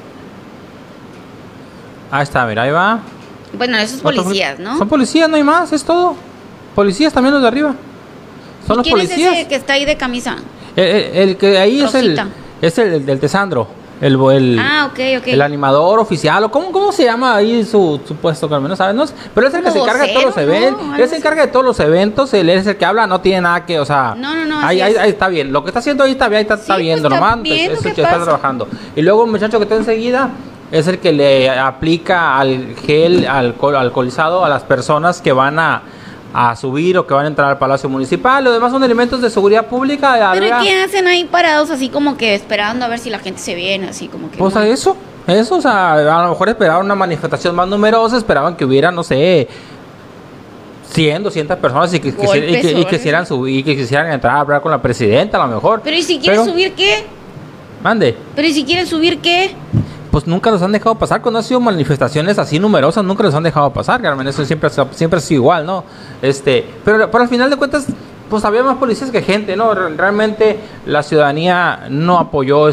Ahí está, mira, ahí va. Bueno, esos policías, ¿no? Son policías, no hay más, es todo. Policías también los de arriba. Son los ¿Quién policías. es ese que está ahí de camisa? El que ahí Rosita. es el del Tesandro. Ok. El animador oficial, o ¿cómo se llama ahí su puesto, Carmen? ¿No sabes? No, pero es el que se encarga de todos los eventos. Él se encarga de todos los eventos, él es el que habla, no tiene nada que, o sea... No. Ahí está bien. Lo que está haciendo ahí está bien, está viendo pues, nomás. Eso ya está trabajando. Y luego un muchacho que está enseguida es el que le aplica al gel alcoholizado a las personas que van a subir o que van a entrar al Palacio Municipal. Lo demás son elementos de seguridad pública. ¿Pero qué hacen ahí parados así como que esperando a ver si la gente se viene? Así como que... Pues eso, o sea, a lo mejor esperaban una manifestación más numerosa, esperaban que hubiera, no sé, 100, 200 personas y que quisieran subir, y que quisieran entrar a hablar con la presidenta, a lo mejor. Pero ¿y si quieren subir qué? Mande. ¿Pero y si quieren subir qué? Pues nunca los han dejado pasar. Cuando han sido manifestaciones así numerosas, nunca los han dejado pasar, Carmen. Eso siempre ha sido igual, ¿no? Pero al final de cuentas, pues había más policías que gente, ¿no? Realmente la ciudadanía no apoyó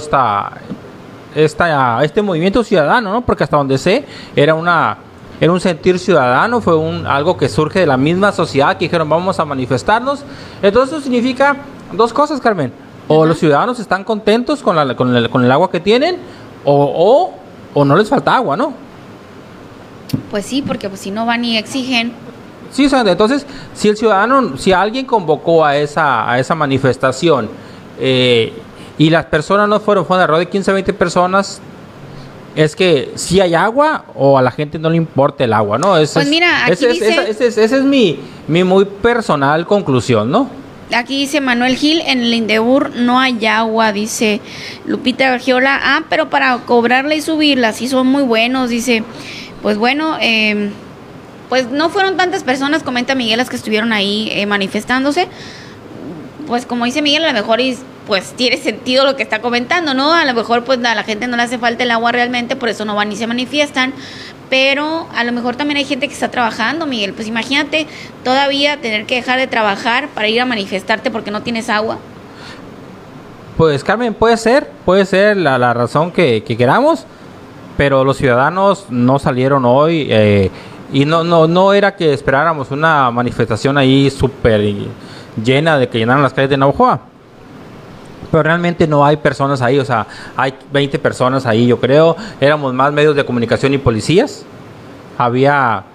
este movimiento ciudadano, ¿no? Porque hasta donde sé, era un sentir ciudadano, fue algo que surge de la misma sociedad, que dijeron vamos a manifestarnos. Entonces eso significa dos cosas, Carmen. O los ciudadanos están contentos con el agua que tienen, o no les falta agua, ¿no? Pues sí, porque pues si no van y exigen. Sí, o sea, entonces, si alguien convocó a esa manifestación y las personas no fueron alrededor de 15, 20 personas, es que si hay agua o a la gente no le importa el agua, ¿no? Pues mira, aquí dice... Esa es mi muy personal conclusión, ¿no? Aquí dice Manuel Gil, en el Indebur no hay agua, dice Lupita Bergiola. Pero para cobrarla y subirla, sí son muy buenos, dice. Pues bueno, pues no fueron tantas personas, comenta Miguel, las que estuvieron ahí manifestándose. Pues como dice Miguel, a lo mejor pues tiene sentido lo que está comentando, ¿no? A lo mejor pues a la gente no le hace falta el agua realmente, por eso no van y se manifiestan. Pero a lo mejor también hay gente que está trabajando, Miguel. Pues imagínate todavía tener que dejar de trabajar para ir a manifestarte porque no tienes agua. Pues Carmen, puede ser la razón que queramos, pero los ciudadanos no salieron hoy y no era que esperáramos una manifestación ahí súper llena de que llenaran las calles de Navojoa. Pero realmente no hay personas ahí, o sea, hay 20 personas ahí, yo creo. Éramos más medios de comunicación y policías. Había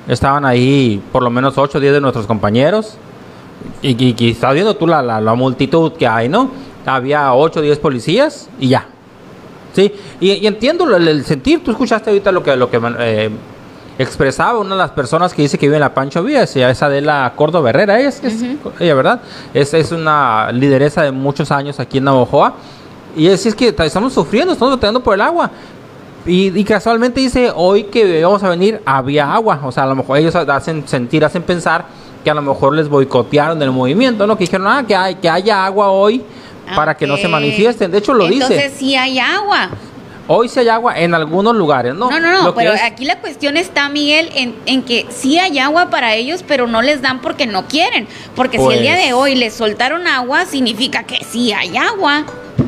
estaban ahí por lo menos 8 o 10 de nuestros compañeros. Y estás viendo tú la multitud que hay, ¿no? Había 8 o 10 policías y ya. Sí, y entiendo el sentir. Tú escuchaste ahorita lo que expresaba una de las personas que dice que vive en la Pancho Villa, esa de la Córdoba Herrera, ella, ¿verdad? Es una lideresa de muchos años aquí en Navojoa. Y es que estamos sufriendo, estamos batallando por el agua. Y casualmente dice, hoy que vamos a venir, había agua. O sea, a lo mejor ellos hacen pensar que a lo mejor les boicotearon del movimiento, ¿no? Que dijeron, que haya agua hoy para que no se manifiesten. De hecho, dice. Entonces sí hay agua. Hoy sí hay agua en algunos lugares, ¿no? No, pero aquí la cuestión está, Miguel, en que sí hay agua para ellos, pero no les dan porque no quieren. Porque si el día de hoy les soltaron agua, significa que sí hay agua.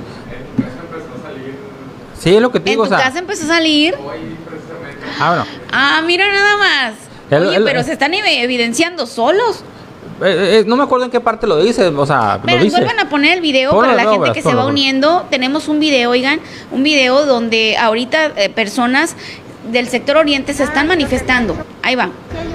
Sí, es lo que te digo. En tu casa empezó a salir. Bueno. Mira nada más. Oye, pero se están evidenciando solos. No me acuerdo en qué parte lo dice, o sea, pero lo dice. Vuelvan a poner el video para la gente que se va uniendo. Tenemos un video, oigan, un video donde ahorita personas del sector oriente se están manifestando. Ahí va.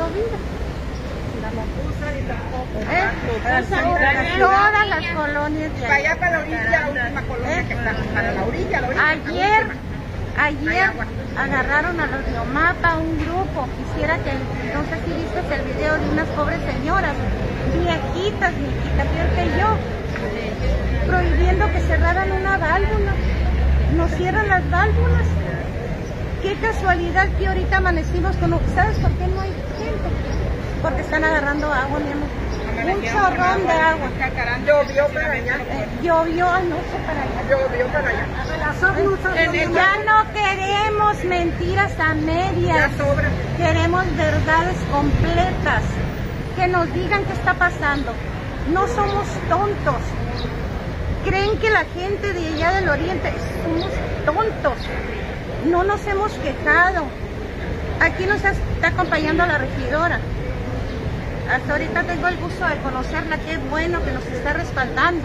Todas las colonias de Para allá, para la orilla, última colonia que está, para la orilla. Ayer agarraron a los de Omapa, un grupo, quisiera que, no sé si viste el video de unas pobres señoras, viejitas, peor que yo, prohibiendo que cerraran una válvula. No cierran las válvulas. Qué casualidad que ahorita amanecimos con... ¿Sabes por qué no hay gente? Porque están agarrando agua, mi amor. Un chorrón de agua. Llovió para allá. Llovió anoche para allá. Llovió para allá. Ya no queremos mentiras a medias. Queremos verdades completas. Que nos digan qué está pasando. No somos tontos. Creen que la gente de allá del oriente somos tontos. No nos hemos quejado. Aquí nos está acompañando la regidora. Hasta ahorita tengo el gusto de conocerla, qué bueno que nos está respaldando.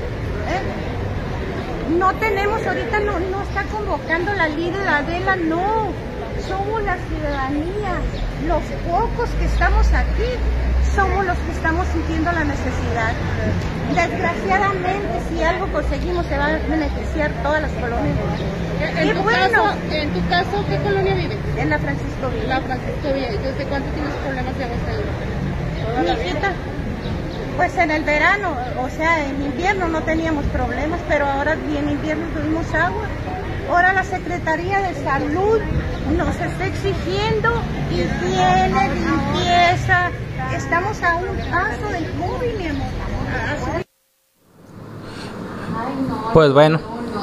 No tenemos, ahorita no está convocando la líder Adela, no. Somos la ciudadanía. Los pocos que estamos aquí somos los que estamos sintiendo la necesidad. Desgraciadamente, si algo conseguimos, se va a beneficiar todas las colonias. En tu caso, ¿qué colonia vives? En la Francisco Villa. La Francisco Villa. ¿Y desde cuánto tienes problemas de agua ahí? Mijita, pues en el verano, o sea, en invierno no teníamos problemas, pero ahora en invierno tuvimos agua. Ahora la Secretaría de Salud nos está exigiendo higiene, limpieza. Estamos a un paso del COVID, mi amor. Pues bueno.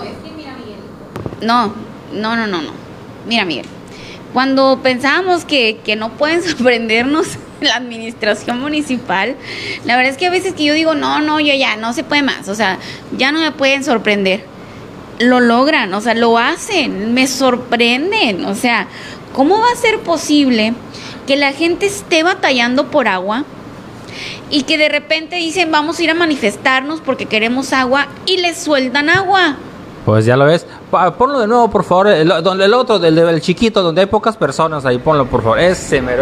No. Mira, Miguel. Cuando pensábamos que no pueden sorprendernos la administración municipal, la verdad es que a veces que yo digo, yo ya no se puede más, o sea, ya no me pueden sorprender. Lo logran, o sea, lo hacen, me sorprenden, o sea, ¿cómo va a ser posible que la gente esté batallando por agua y que de repente dicen vamos a ir a manifestarnos porque queremos agua y les sueltan agua? Pues ya lo ves. Ponlo de nuevo, por favor. El otro, del chiquito, donde hay pocas personas ahí. Ponlo, por favor. Ese mero.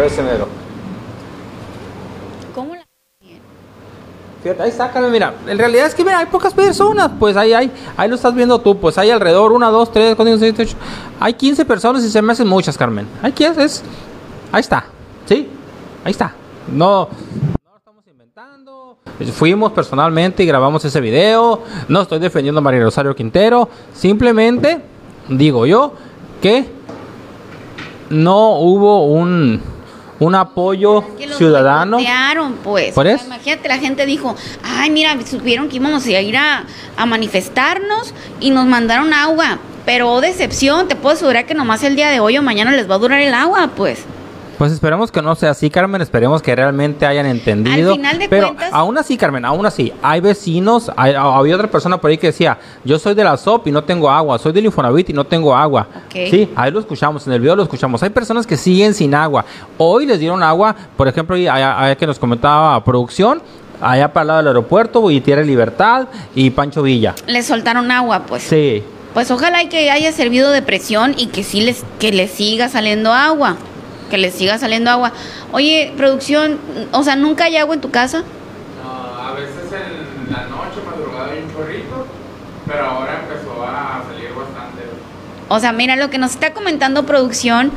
¿Cómo la...? Fíjate, ahí sácalo, mira. En realidad es que, mira, hay pocas personas. Pues ahí lo estás viendo tú. Pues hay alrededor 1, 2, 3, 4, 5, 6, 7, 8. Hay 15 personas y se me hacen muchas, Carmen. Ahí está. ¿Sí? Ahí está. No estamos inventando. Fuimos personalmente y grabamos ese video. No estoy defendiendo a María Rosario Quintero. Simplemente digo yo que no hubo un apoyo ciudadano. Pues. ¿Por eso? O sea, imagínate, la gente dijo, ay, mira, supieron que íbamos a ir a manifestarnos y nos mandaron agua. Pero decepción, te puedo asegurar que nomás el día de hoy o mañana les va a durar el agua, pues. Pues esperemos que no sea así, Carmen, esperemos que realmente hayan entendido. Al final de pero cuentas, aún así, Carmen, hay vecinos, había otra persona por ahí que decía, yo soy de la SOP y no tengo agua, soy del Infonavit y no tengo agua. Okay. Sí, ahí lo escuchamos, en el video lo escuchamos. Hay personas que siguen sin agua. Hoy les dieron agua, por ejemplo, allá que nos comentaba producción, allá para el lado del aeropuerto, y Tierra Libertad y Pancho Villa. les soltaron agua, pues. Sí. Pues ojalá y que haya servido de presión y que sí les siga saliendo agua. que les siga saliendo agua. Oye, producción, o sea, ¿nunca hay agua en tu casa? No, a veces en la noche, madrugada hay un chorrito, pero ahora empezó a salir bastante. O sea, mira lo que nos está comentando producción,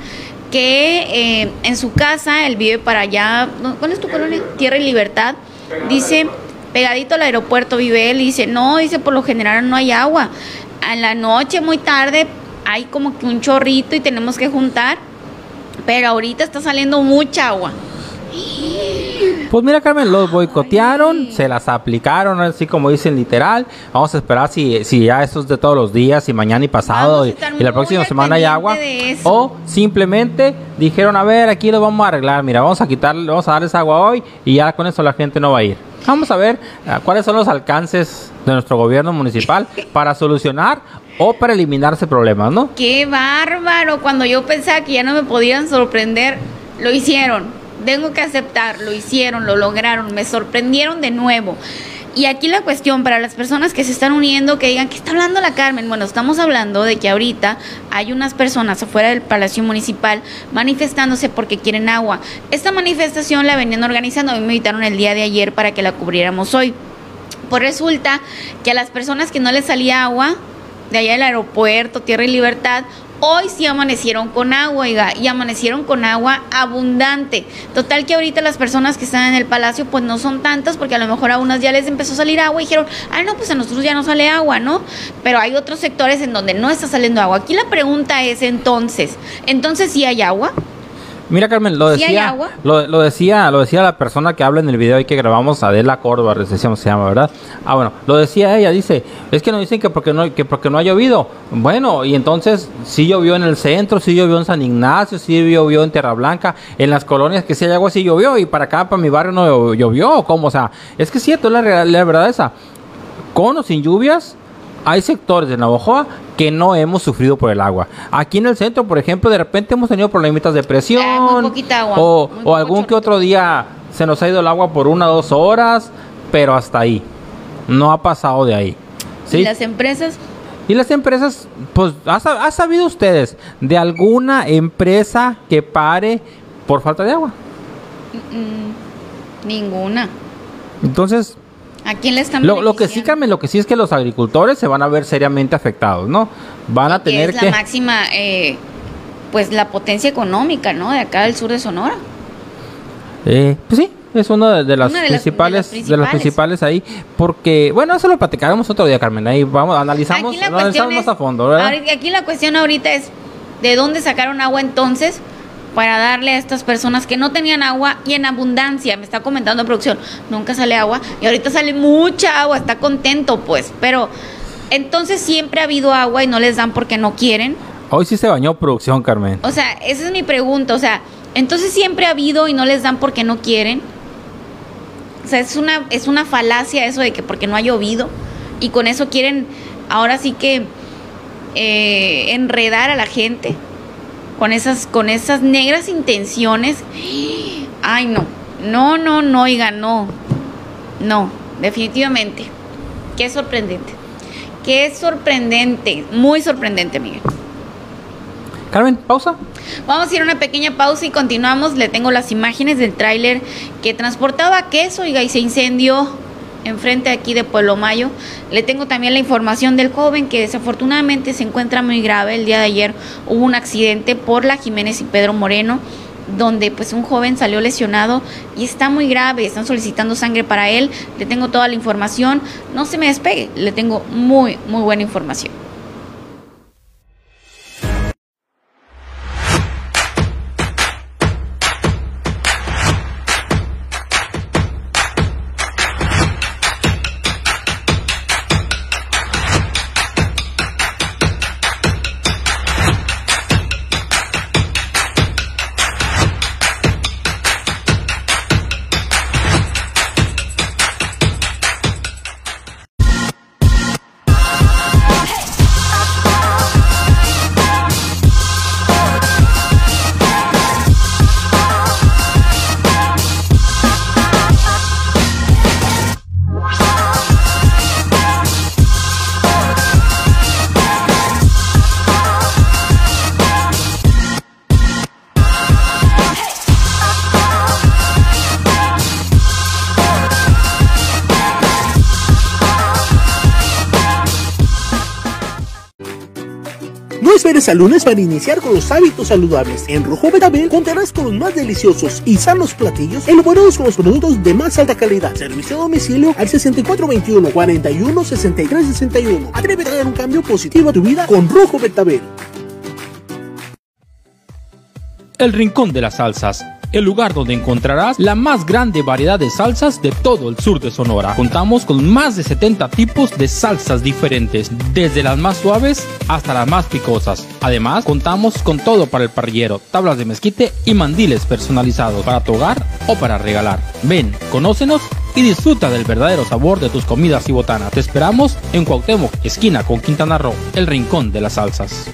que en su casa, él vive para allá, ¿cuál es tu colonia? Tierra y Libertad. Dice, pegadito al aeropuerto vive él, y dice, no, dice, por lo general no hay agua. En la noche, muy tarde, hay como que un chorrito y tenemos que juntar, pero ahorita está saliendo mucha agua. Pues mira, Carmen, los boicotearon, se las aplicaron, así como dicen literal. Vamos a esperar si ya esto es de todos los días, y mañana y pasado y la próxima semana hay agua. O simplemente dijeron, a ver, aquí lo vamos a arreglar. Mira, vamos a darles agua hoy y ya con eso la gente no va a ir. Vamos a ver cuáles son los alcances de nuestro gobierno municipal para solucionar o para eliminarse problemas, ¿no? ¡Qué bárbaro! Cuando yo pensaba que ya no me podían sorprender, lo hicieron. Tengo que aceptar, lo hicieron, lo lograron, me sorprendieron de nuevo. Y aquí la cuestión para las personas que se están uniendo, que digan, ¿qué está hablando la Carmen? Bueno, estamos hablando de que ahorita hay unas personas afuera del Palacio Municipal manifestándose porque quieren agua. Esta manifestación la venían organizando, a mí me invitaron el día de ayer para que la cubriéramos hoy. Pues resulta que a las personas que no les salía agua de allá del aeropuerto, Tierra y Libertad, hoy sí amanecieron con agua, oiga, y amanecieron con agua abundante. Total que ahorita las personas que están en el palacio pues no son tantas, porque a lo mejor a unas ya les empezó a salir agua y dijeron, ay no, pues a nosotros ya no sale agua, ¿no? Pero hay otros sectores en donde no está saliendo agua. Aquí la pregunta es ¿entonces sí hay agua? Mira, Carmen, lo decía, lo decía la persona que habla en el video y que grabamos, Adela Córdoba, decíamos, se llama, ¿verdad? Ah, bueno, lo decía ella, dice, es que nos dicen que porque no ha llovido. Bueno, y entonces sí llovió en el centro, sí llovió en San Ignacio, sí llovió en Tierra Blanca, en las colonias que sí hay agua sí llovió, y para acá, para mi barrio no llovió, ¿o cómo? O sea, es que es cierto, la verdad esa. Con o sin lluvias, hay sectores de Navojoa que no hemos sufrido por el agua. Aquí en el centro, por ejemplo, de repente hemos tenido problemitas de presión. Muy poquita agua. O algún que otro día se nos ha ido el agua por 1 o 2 horas, pero hasta ahí. No ha pasado de ahí. ¿Sí? ¿Y las empresas? Y las empresas, pues, ¿ha sabido ustedes de alguna empresa que pare por falta de agua? Ninguna. Entonces, ¿a quién le están lo que sí, Carmen, lo que sí es que los agricultores se van a ver seriamente afectados, ¿no? Van a tener que... Es la máxima, pues, la potencia económica, ¿no? De acá del sur de Sonora. Pues sí, es una de las principales ahí, porque, bueno, eso lo platicaremos otro día, Carmen. Ahí analizamos más a fondo, ¿verdad? Aquí la cuestión ahorita es, ¿de dónde sacaron agua entonces para darle a estas personas que no tenían agua y en abundancia? Me está comentando producción, nunca sale agua y ahorita sale mucha agua, está contento pues, pero entonces siempre ha habido agua y no les dan porque no quieren. Hoy sí se bañó producción, Carmen. O sea, esa es mi pregunta, o sea, entonces siempre ha habido y no les dan porque no quieren. O sea, es una falacia eso de que porque no ha llovido y con eso quieren ahora sí que enredar a la gente. Con esas negras intenciones. Ay, no, oiga, no, definitivamente. Qué sorprendente, muy sorprendente, Miguel. Carmen, pausa. Vamos a ir a una pequeña pausa y continuamos. Le tengo las imágenes del tráiler que transportaba queso, oiga, y se incendió enfrente aquí de Pueblo Mayo. Le tengo también la información del joven que desafortunadamente se encuentra muy grave. El día de ayer hubo un accidente por la Jiménez y Pedro Moreno, donde pues un joven salió lesionado y está muy grave, están solicitando sangre para él. Le tengo toda la información, no se me despegue, le tengo muy buena información. esperes al lunes para iniciar con los hábitos saludables. En Rojo Betabel contarás con los más deliciosos y sanos platillos elaborados con los productos de más alta calidad. Servicio a domicilio al 6421 41 63 61. Atrévete a dar un cambio positivo a tu vida con Rojo Betabel. El Rincón de las Salsas, el lugar donde encontrarás la más grande variedad de salsas de todo el sur de Sonora. Contamos con más de 70 tipos de salsas diferentes, desde las más suaves hasta las más picosas. Además, contamos con todo para el parrillero, tablas de mezquite y mandiles personalizados para tu hogar o para regalar. Ven, conócenos y disfruta del verdadero sabor de tus comidas y botanas. Te esperamos en Cuauhtémoc, esquina con Quintana Roo, el Rincón de las Salsas.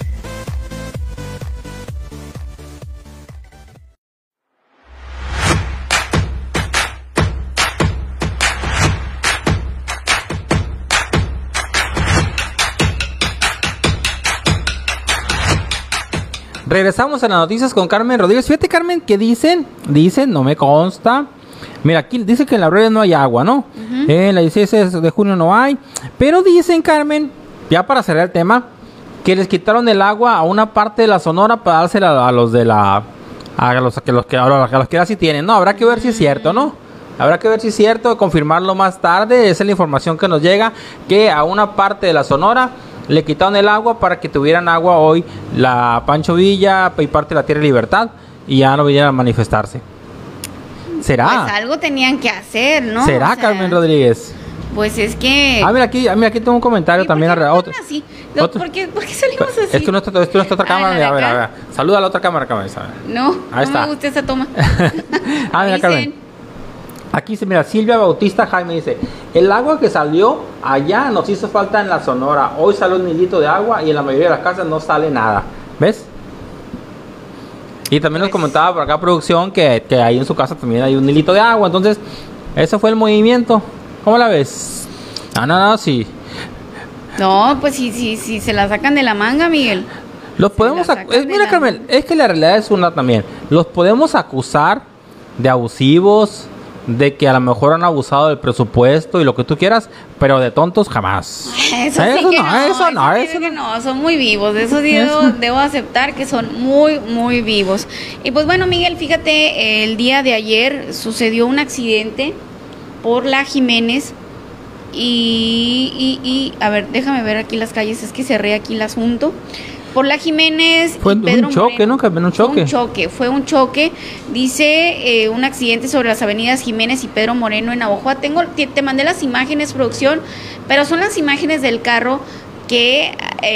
Regresamos a las noticias con Carmen Rodríguez. Fíjate, Carmen, que dicen, no me consta. Mira, aquí dice que en la Aurelia no hay agua, ¿no? En la 16 de junio no hay. Pero dicen, Carmen, ya para cerrar el tema, que les quitaron el agua a una parte de la Sonora para dársela a los de la... a los que ahora sí tienen, ¿no? Habrá que ver si es cierto, ¿no? Habrá que ver si es cierto, confirmarlo más tarde. Esa es la información que nos llega, que a una parte de la Sonora le quitaron el agua para que tuvieran agua hoy la Pancho Villa y parte de la Tierra de Libertad y ya no vinieran a manifestarse. ¿Será? Pues algo tenían que hacer, ¿no? ¿Será, o sea, Carmen Rodríguez? Pues es que... mira aquí tengo un comentario también. ¿Por qué salimos así? Es que no está otra cámara. A ver. Saluda a la otra cámara, Carmen. No, ahí está. Me gusta esa toma. Mira, Carmen. Aquí dice, mira, Silvia Bautista Jaime dice: el agua que salió allá nos hizo falta en la Sonora. Hoy sale un hilito de agua y en la mayoría de las casas no sale nada. ¿Ves? Y también nos comentaba por acá producción que ahí en su casa también hay un hilito de agua. Entonces, ese fue el movimiento. ¿Cómo la ves? No, sí. No, pues sí, se la sacan de la manga, Miguel. Los podemos mira, Carmen, es que la realidad es una también. Los podemos acusar de abusivos, de que a lo mejor han abusado del presupuesto y lo que tú quieras, pero de tontos jamás. Eso no, son muy vivos. Eso sí debo aceptar que son muy, muy vivos. Y pues bueno, Miguel, fíjate, el día de ayer sucedió un accidente por la Jiménez y a ver, déjame ver aquí las calles, es que cerré aquí el asunto. Por la Jiménez fue y Pedro un choque, Moreno. ¿no? Fue un choque. Dice un accidente sobre las avenidas Jiménez y Pedro Moreno en Navojoa. Te mandé las imágenes, producción, pero son las imágenes del carro que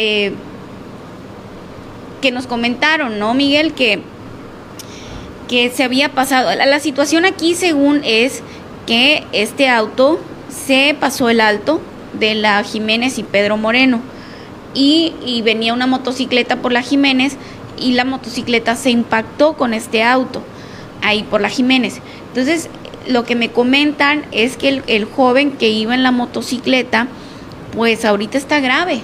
nos comentaron, ¿no, Miguel? Que se había pasado. La situación aquí, según es que este auto se pasó el alto de la Jiménez y Pedro Moreno. Y venía una motocicleta por la Jiménez y la motocicleta se impactó con este auto ahí por la Jiménez. Entonces, lo que me comentan es que el joven que iba en la motocicleta, pues ahorita está grave,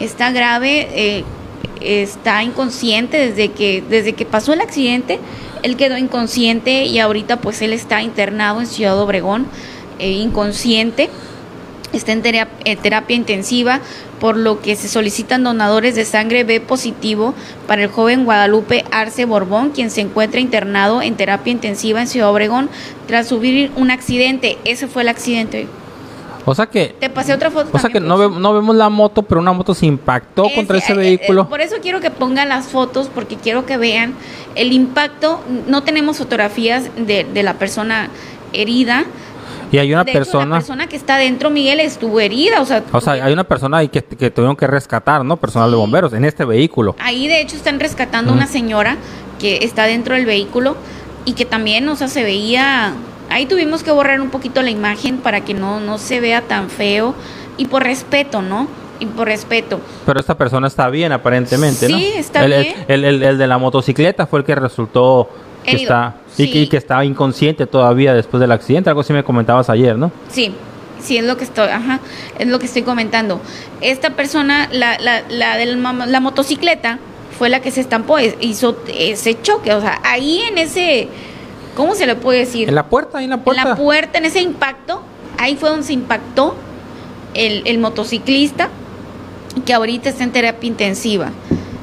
está inconsciente desde que pasó el accidente. Él quedó inconsciente y ahorita pues él está internado en Ciudad Obregón, inconsciente. Está en terapia intensiva, por lo que se solicitan donadores de sangre B positivo para el joven Guadalupe Arce Borbón, quien se encuentra internado en terapia intensiva en Ciudad Obregón tras sufrir un accidente. Ese fue el accidente. O sea que... Te pasé otra foto. O sea que no vemos la moto, pero una moto se impactó contra ese vehículo. Por eso quiero que pongan las fotos, porque quiero que vean el impacto. No tenemos fotografías de la persona herida. Y hay una persona... la persona que está dentro, Miguel, estuvo herida. O sea, hay una persona ahí que tuvieron que rescatar, ¿no? Personal de bomberos en este vehículo. Ahí, de hecho, están rescatando una señora que está dentro del vehículo y que también, o sea, se veía... Ahí tuvimos que borrar un poquito la imagen para que no se vea tan feo. Y por respeto, ¿no? Y por respeto. Pero esta persona está bien, aparentemente, ¿no? Sí, está bien. El de la motocicleta fue el que resultó... y que estaba inconsciente todavía después del accidente, algo así me comentabas ayer, ¿no? Sí, es lo que estoy comentando. Esta persona, la motocicleta, fue la que se estampó, hizo ese choque, o sea, ahí en ese, ¿cómo se le puede decir? En la puerta, en ese impacto, ahí fue donde se impactó el motociclista, que ahorita está en terapia intensiva.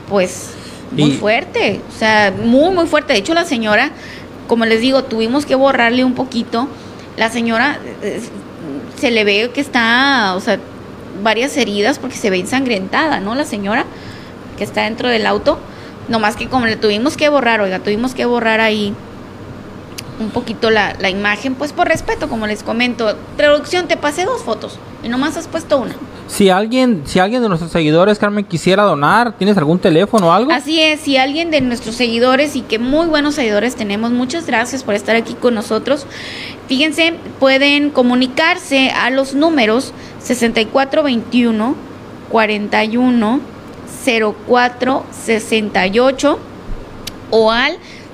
pues muy fuerte, o sea, muy, muy fuerte. De hecho, la señora, como les digo, tuvimos que borrarle un poquito. La señora se le ve que está, o sea, varias heridas porque se ve ensangrentada, ¿no? La señora que está dentro del auto, nomás que como le tuvimos que borrar, oiga, tuvimos que borrar ahí un poquito la imagen, pues por respeto, como les comento. Producción, te pasé 2 fotos y nomás has puesto una. Si alguien de nuestros seguidores, Carmen, quisiera donar, ¿tienes algún teléfono o algo? Así es, si alguien de nuestros seguidores, y que muy buenos seguidores tenemos, muchas gracias por estar aquí con nosotros. Fíjense, pueden comunicarse a los números 6421 41 04 68 o al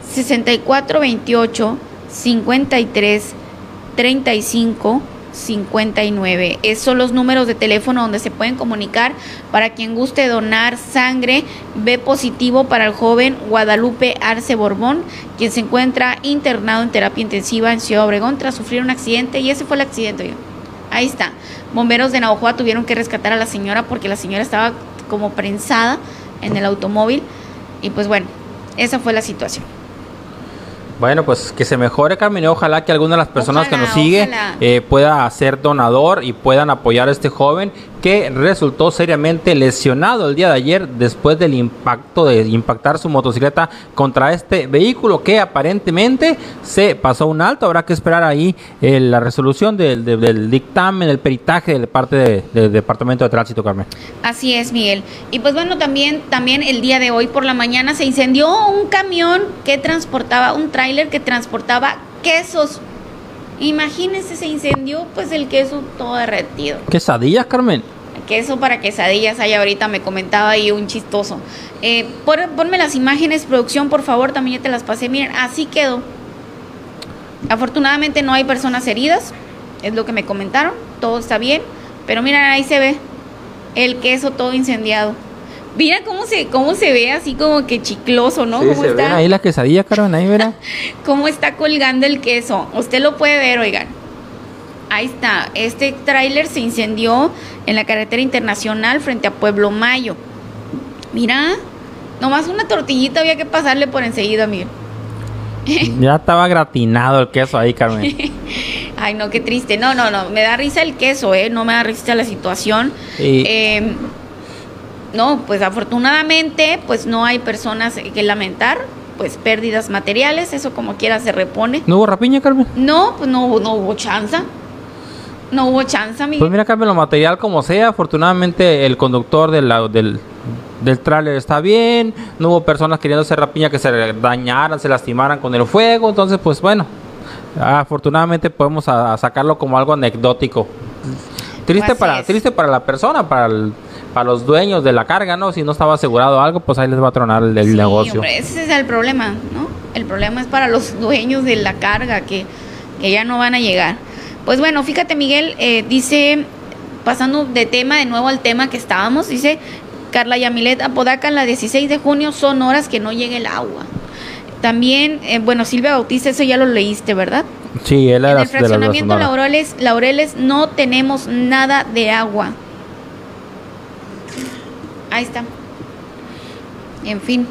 6428 53 35 59. Esos son los números de teléfono donde se pueden comunicar para quien guste donar sangre B positivo para el joven Guadalupe Arce Borbón, quien se encuentra internado en terapia intensiva en Ciudad Obregón tras sufrir un accidente, y ese fue el accidente. Ahí está. Bomberos de Navajoa tuvieron que rescatar a la señora porque la señora estaba como prensada en el automóvil, y pues bueno, esa fue la situación. Bueno, pues que se mejore, Carmen, y ojalá que alguna de las personas que nos sigue pueda ser donador y puedan apoyar a este joven que resultó seriamente lesionado el día de ayer después del impacto de impactar su motocicleta contra este vehículo que aparentemente se pasó un alto. Habrá que esperar ahí la resolución del dictamen, el peritaje de parte del Departamento de Tránsito, Carmen. Así es, Miguel. Y pues bueno, también el día de hoy por la mañana se incendió un camión que transportaba, un tráiler que transportaba quesos. Imagínense, se incendió pues el queso todo derretido. ¿Quesadillas, Carmen? Queso para quesadillas, ahí ahorita me comentaba ahí un chistoso. Ponme las imágenes, producción, por favor, también ya te las pasé. Miren, así quedó. Afortunadamente no hay personas heridas, es lo que me comentaron, todo está bien, pero miren, ahí se ve el queso todo incendiado. Mira cómo se ve así como que chicloso, ¿no? Sí, ¿Cómo se está? ven ahí la quesadilla, Carmen, ahí verá. Cómo está colgando el queso. Usted lo puede ver, oigan. Ahí está. Este tráiler se incendió en la carretera internacional frente a Pueblo Mayo. Mira, nomás una tortillita había que pasarle por enseguida, Miguel. Ya estaba gratinado el queso ahí, Carmen. Ay, no, qué triste. No, me da risa el queso, no me da risa la situación. No, pues afortunadamente, pues no hay personas que lamentar, pues pérdidas materiales, eso como quiera se repone. ¿No hubo rapiña, Carmen? No, pues no hubo chanza. No hubo chanza, Miguel. Pues mira, Carmen, lo material como sea, afortunadamente el conductor del tráiler está bien, no hubo personas queriendo hacer rapiña que se dañaran, se lastimaran con el fuego, entonces pues bueno, afortunadamente podemos sacarlo como algo anecdótico. Triste para la persona, para los dueños de la carga, ¿no? Si no estaba asegurado algo, pues ahí les va a tronar el negocio. Hombre, ese es el problema, ¿no? El problema es para los dueños de la carga que ya no van a llegar. Pues bueno, fíjate, Miguel, dice, pasando de tema de nuevo al tema que estábamos, dice Carla Yamilet Apodaca, la 16 de junio son horas que no llega el agua. También, bueno, Silvia Bautista, eso ya lo leíste, ¿verdad? Sí, él era en el fraccionamiento Laureles no tenemos nada de agua. Ahí está. En fin.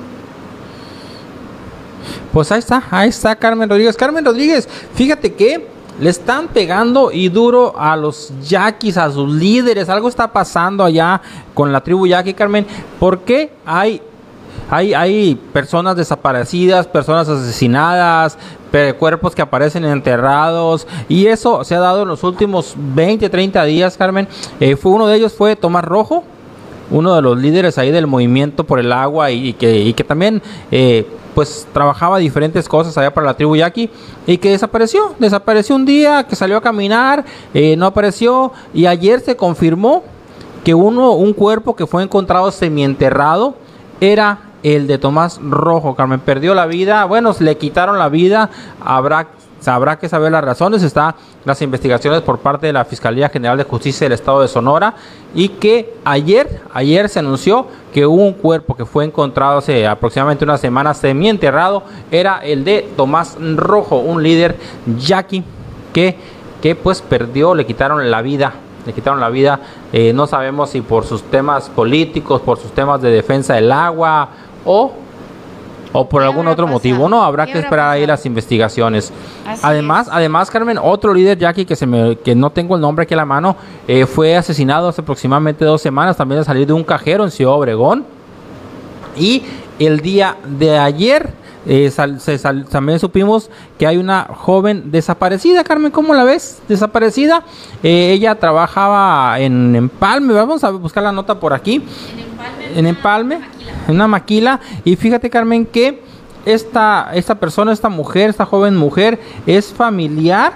Pues ahí está Carmen Rodríguez. Carmen Rodríguez, fíjate que le están pegando y duro a los yaquis, a sus líderes. Algo está pasando allá con la tribu yaqui, Carmen. ¿Por qué hay personas desaparecidas, personas asesinadas, cuerpos que aparecen enterrados? Y eso se ha dado en los últimos 20, 30 días, Carmen. Uno de ellos fue Tomás Rojo, uno de los líderes ahí del movimiento por el agua y que también pues trabajaba diferentes cosas allá para la tribu yaqui, y que desapareció un día, que salió a caminar, no apareció, y ayer se confirmó que un cuerpo que fue encontrado semienterrado era el de Tomás Rojo. Carmen, perdió la vida, bueno, le quitaron la vida, habrá que saber las razones. Están las investigaciones por parte de la Fiscalía General de Justicia del Estado de Sonora, y que ayer se anunció que un cuerpo que fue encontrado hace aproximadamente una semana semienterrado era el de Tomás Rojo, un líder yaqui que pues le quitaron la vida le quitaron la vida. No sabemos si por sus temas políticos, por sus temas de defensa del agua o por algún otro motivo. No, habrá que esperar ahí las investigaciones. Además, Carmen, otro líder, Jackie, que no tengo el nombre aquí a la mano, fue asesinado hace aproximadamente 2 semanas, también al salir de un cajero en Ciudad Obregón. Y el día de ayer también supimos que hay una joven desaparecida. Carmen, ¿cómo la ves? Desaparecida. Ella trabajaba en Empalme. Vamos a buscar la nota por aquí. En Empalme, en una maquila. Y fíjate, Carmen, que esta persona, esta joven mujer, es familiar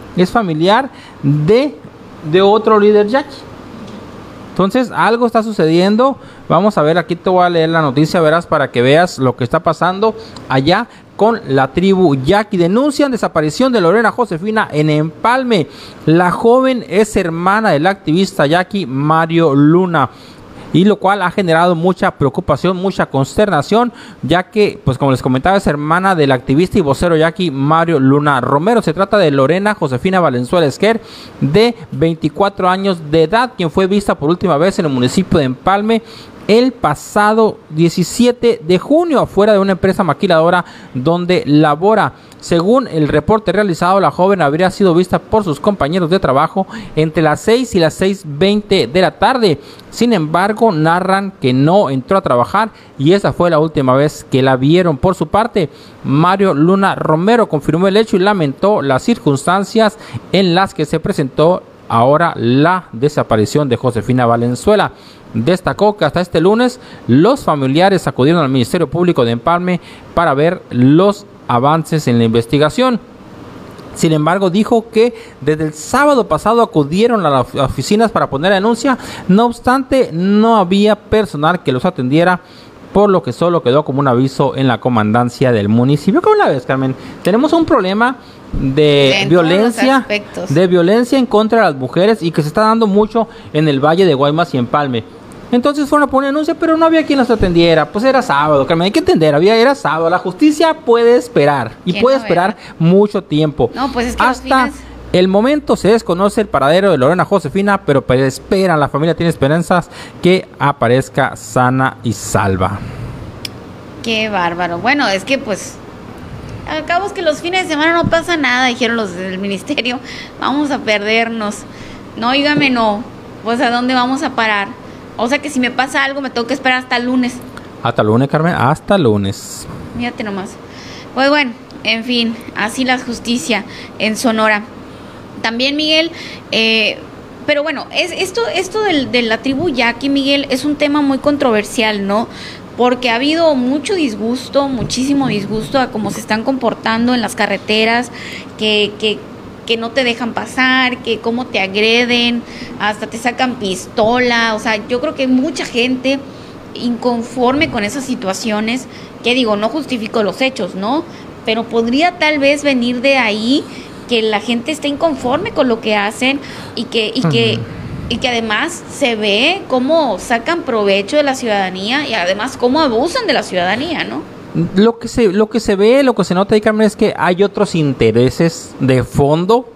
de otro líder, Jackie. Entonces, algo está sucediendo. Vamos a ver, aquí te voy a leer la noticia, verás, para que veas lo que está pasando allá con la tribu Yaqui. Denuncian desaparición de Lorena Josefina en Empalme. La joven es hermana del activista Yaqui Mario Luna, y lo cual ha generado mucha preocupación, mucha consternación, ya que, pues como les comentaba, es hermana del activista y vocero Yaqui Mario Luna Romero. Se trata de Lorena Josefina Valenzuela Esquer, de 24 años de edad, quien fue vista por última vez en el municipio de Empalme el pasado 17 de junio, afuera de una empresa maquiladora donde labora. Según el reporte realizado, la joven habría sido vista por sus compañeros de trabajo entre las 6 y las 6:20 de la tarde. Sin embargo, narran que no entró a trabajar y esa fue la última vez que la vieron. Por su parte, Mario Luna Romero confirmó el hecho y lamentó las circunstancias en las que se presentó ahora la desaparición de Josefina Valenzuela. Destacó que hasta este lunes los familiares acudieron al Ministerio Público de Empalme para ver los avances en la investigación. Sin embargo, dijo que desde el sábado pasado acudieron a las oficinas para poner denuncia. No obstante, no había personal que los atendiera, por lo que solo quedó como un aviso en la comandancia del municipio. ¿Cómo la ves, Carmen? Tenemos un problema de violencia en contra de las mujeres y que se está dando mucho en el Valle de Guaymas y Empalme. Entonces fueron a poner anuncia, pero no había quien los atendiera. Pues era sábado, Carmen, hay que entender, era sábado. La justicia puede esperar y puede esperar mucho tiempo. No, pues es que hasta el momento se desconoce el paradero de Lorena Josefina, pero esperan, la familia tiene esperanzas que aparezca sana y salva. Qué bárbaro. Bueno, es que pues al cabo es que los fines de semana no pasa nada, dijeron los del ministerio. Vamos a perdernos. No, dígame, no. Pues ¿a dónde vamos a parar? O sea que si me pasa algo me tengo que esperar hasta el lunes. Hasta el lunes, Carmen, hasta el lunes. Fíjate nomás. Pues bueno, en fin, así la justicia en Sonora. También, Miguel, pero bueno, esto de la tribu Yaqui, Miguel, es un tema muy controversial, ¿no? Porque ha habido mucho disgusto, muchísimo disgusto a cómo se están comportando en las carreteras, que no te dejan pasar, que cómo te agreden, hasta te sacan pistola. O sea, yo creo que hay mucha gente inconforme con esas situaciones, que digo, no justifico los hechos, ¿no? Pero podría tal vez venir de ahí que la gente esté inconforme con lo que hacen y que además se ve cómo sacan provecho de la ciudadanía y además cómo abusan de la ciudadanía, ¿no? Lo que se ve, lo que se nota ahí, Carmen, es que hay otros intereses de fondo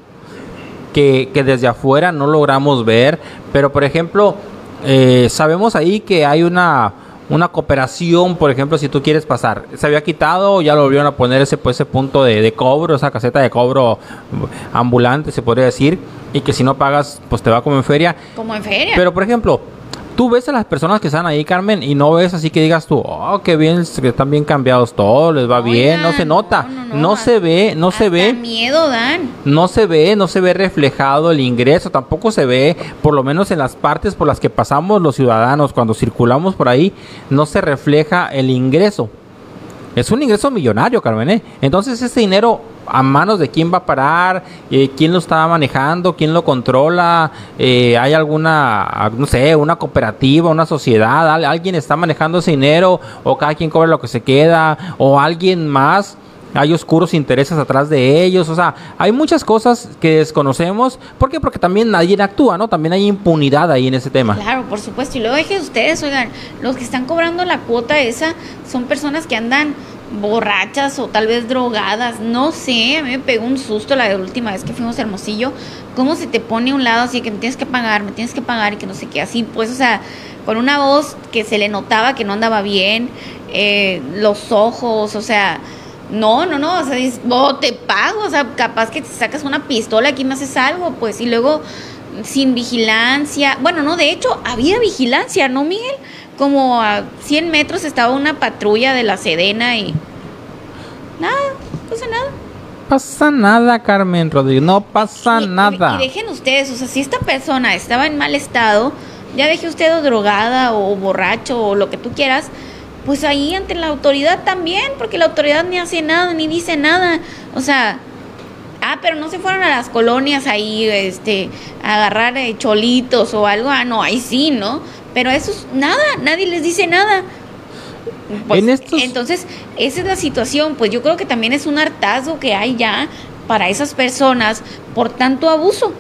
que desde afuera no logramos ver. Pero, por ejemplo, sabemos ahí que hay una cooperación. Por ejemplo, si tú quieres pasar, se había quitado, ya lo volvieron a poner ese punto de cobro, esa caseta de cobro ambulante, se podría decir, y que si no pagas, pues te va como en feria. Como en feria. Pero, por ejemplo, tú ves a las personas que están ahí, Carmen, y no ves así que digas tú, oh, qué bien, que están bien cambiados todos, les va bien, no se nota, no se ve, miedo dan. No se ve reflejado el ingreso, tampoco se ve, por lo menos en las partes por las que pasamos los ciudadanos cuando circulamos por ahí, no se refleja el ingreso. Es un ingreso millonario, Carmen, Entonces ese dinero, ¿a manos de quién va a parar? ¿Quién lo está manejando? ¿Quién lo controla? ¿Hay alguna, no sé, una cooperativa, una sociedad? ¿Alguien está manejando ese dinero? ¿O cada quien cobra lo que se queda? ¿O alguien más? Hay oscuros intereses atrás de ellos. O sea, hay muchas cosas que desconocemos. ¿Por qué? Porque también nadie actúa, ¿no? También hay impunidad ahí en ese tema. Claro, por supuesto. Y luego es que ustedes, oigan, los que están cobrando la cuota esa son personas que andan borrachas o tal vez drogadas, no sé, a mí me pegó un susto la última vez que fuimos a Hermosillo, cómo se te pone a un lado así que me tienes que pagar y que no sé qué, así pues, o sea, con una voz que se le notaba que no andaba bien, los ojos, o sea, no, o sea, dices, te pago, o sea, capaz que te sacas una pistola, aquí me haces algo, pues, y luego sin vigilancia, bueno, no, de hecho, había vigilancia, ¿no, Miguel? Como a 100 metros estaba una patrulla de la Sedena y nada, no pasa nada. Pasa nada, Carmen Rodríguez, no pasa nada. Y dejen ustedes, o sea, si esta persona estaba en mal estado, ya deje usted o drogada o borracho o lo que tú quieras, pues ahí ante la autoridad también, porque la autoridad ni hace nada, ni dice nada, o sea, pero no se fueron a las colonias ahí, a agarrar cholitos o algo, no, ahí sí, ¿no? Pero eso es nada, nadie les dice nada. Pues, entonces, esa es la situación, pues yo creo que también es un hartazgo que hay ya para esas personas por tanto abuso.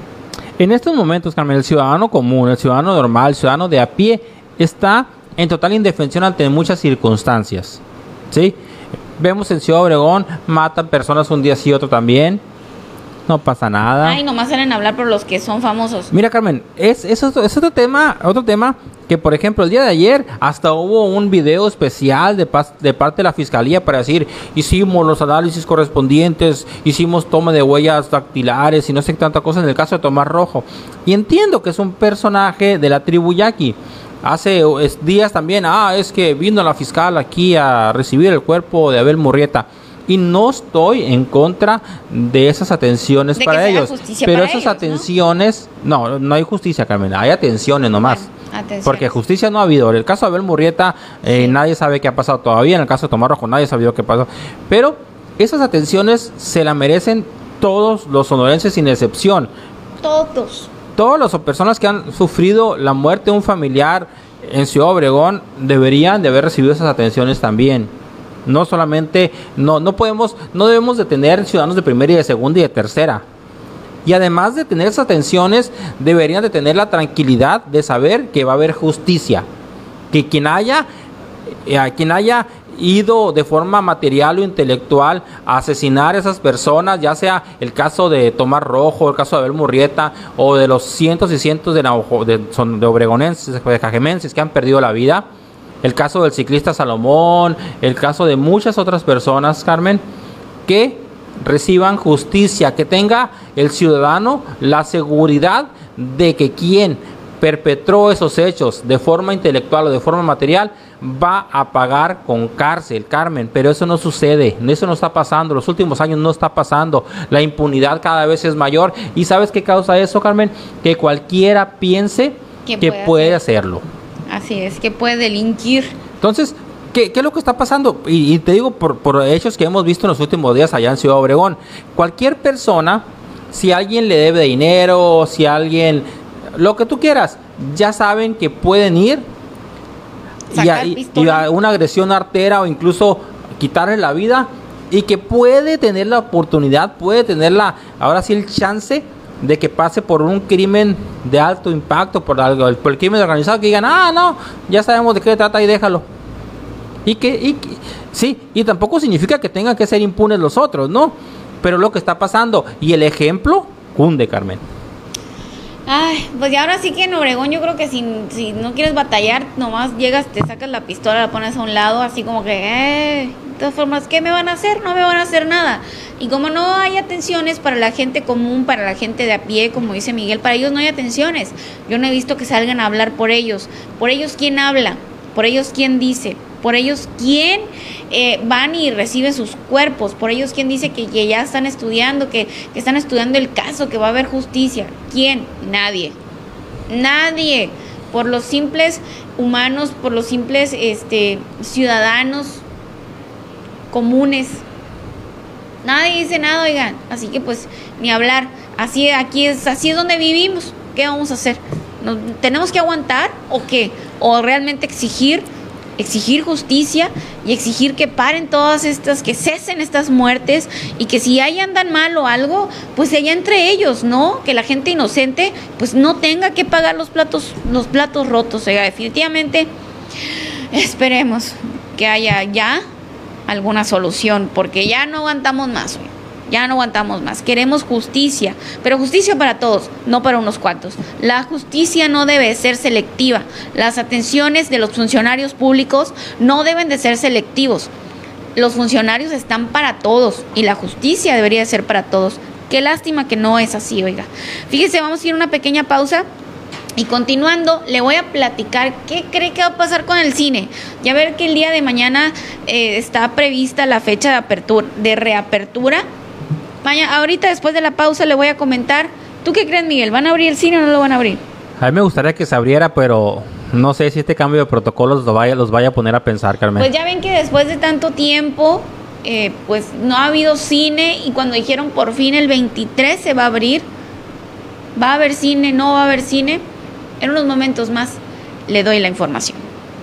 En estos momentos, Carmen, el ciudadano común, el ciudadano normal, el ciudadano de a pie, está en total indefensión ante muchas circunstancias, ¿sí? Vemos en Ciudad Obregón, matan personas un día sí, otro también. No pasa nada. Ay, nomás salen a hablar por los que son famosos. Mira, Carmen, es otro tema que, por ejemplo, el día de ayer hasta hubo un video especial de parte de la Fiscalía para decir, hicimos los análisis correspondientes, hicimos toma de huellas dactilares y no sé qué tanta cosa en el caso de Tomás Rojo. Y entiendo que es un personaje de la tribu Yaqui. Hace días también, es que vino la fiscal aquí a recibir el cuerpo de Abel Murrieta. Y no estoy en contra de esas atenciones para ellos, pero esas atenciones, no hay justicia, Carmen, hay atenciones nomás, porque justicia no ha habido. En el caso de Abel Murrieta, nadie sabe qué ha pasado todavía. En el caso de Tomás Rojo, nadie sabe qué pasó, pero esas atenciones se la merecen todos los sonorenses sin excepción. Todas las personas que han sufrido la muerte de un familiar en Ciudad Obregón deberían de haber recibido esas atenciones también. No solamente, no debemos de tener ciudadanos de primera y de segunda y de tercera. Y además de tener esas atenciones, deberían de tener la tranquilidad de saber que va a haber justicia. Que quien haya ido de forma material o intelectual a asesinar a esas personas, ya sea el caso de Tomás Rojo, el caso de Abel Murrieta, o de los cientos y cientos de obregonenses, de cajemenses que han perdido la vida, el caso del ciclista Salomón, el caso de muchas otras personas, Carmen, que reciban justicia, que tenga el ciudadano la seguridad de que quien perpetró esos hechos de forma intelectual o de forma material va a pagar con cárcel, Carmen. Pero eso no sucede, eso no está pasando, los últimos años no está pasando, la impunidad cada vez es mayor. ¿Y sabes qué causa eso, Carmen? Que cualquiera piense que puede hacerlo. Así es, que puede delinquir. Entonces, ¿qué es lo que está pasando? Y te digo por hechos que hemos visto en los últimos días allá en Ciudad Obregón. Cualquier persona, si alguien le debe dinero, si alguien, lo que tú quieras, ya saben que pueden ir y a una agresión artera o incluso quitarle la vida, y que puede tener la oportunidad, puede tener ahora sí el chance de que pase por un crimen de alto impacto, por el crimen organizado, que digan, no, ya sabemos de qué trata y déjalo. Y tampoco significa que tengan que ser impunes los otros, ¿no? Pero lo que está pasando, y el ejemplo cunde, Carmen. Pues ya ahora sí que en Obregón yo creo que si no quieres batallar, nomás llegas, te sacas la pistola, la pones a un lado, así como que, de todas formas, ¿qué me van a hacer? No me van a hacer nada. Y como no hay atenciones para la gente común, para la gente de a pie, como dice Miguel, para ellos no hay atenciones. Yo no he visto que salgan a hablar por ellos. ¿Por ellos quién habla? ¿Por ellos quién dice? ¿Por ellos quién van y reciben sus cuerpos? ¿Por ellos quién dice que ya están estudiando, que están estudiando el caso, que va a haber justicia? ¿Quién? Nadie. Nadie. Por los simples humanos, por los simples ciudadanos comunes. Nadie dice nada, oigan. Así que pues ni hablar. Así es donde vivimos. ¿Qué vamos a hacer? ¿Tenemos que aguantar o qué? ¿O realmente exigir justicia y exigir que paren todas estas, que cesen estas muertes, y que si ahí andan mal o algo, pues allá entre ellos, ¿no? Que la gente inocente pues no tenga que pagar los platos rotos. O sea, definitivamente esperemos que haya ya alguna solución, porque ya no aguantamos más, oiga. Ya no aguantamos más. Queremos justicia, pero justicia para todos, no para unos cuantos. La justicia no debe ser selectiva. Las atenciones de los funcionarios públicos no deben de ser selectivos. Los funcionarios están para todos y la justicia debería ser para todos. Qué lástima que no es así, oiga. Fíjese, vamos a ir a una pequeña pausa. Y continuando, le voy a platicar qué cree que va a pasar con el cine. Ya ver que el día de mañana está prevista la fecha de reapertura. Ahorita después de la pausa le voy a comentar. ¿Tú qué crees, Miguel? ¿Van a abrir el cine o no lo van a abrir? A mí me gustaría que se abriera, pero no sé si este cambio de protocolos los vaya a poner a pensar, Carmen. Pues ya ven que después de tanto tiempo, pues no ha habido cine, y cuando dijeron por fin el 23 se va a abrir, ¿va a haber cine? ¿No va a haber cine? En unos momentos más le doy la información.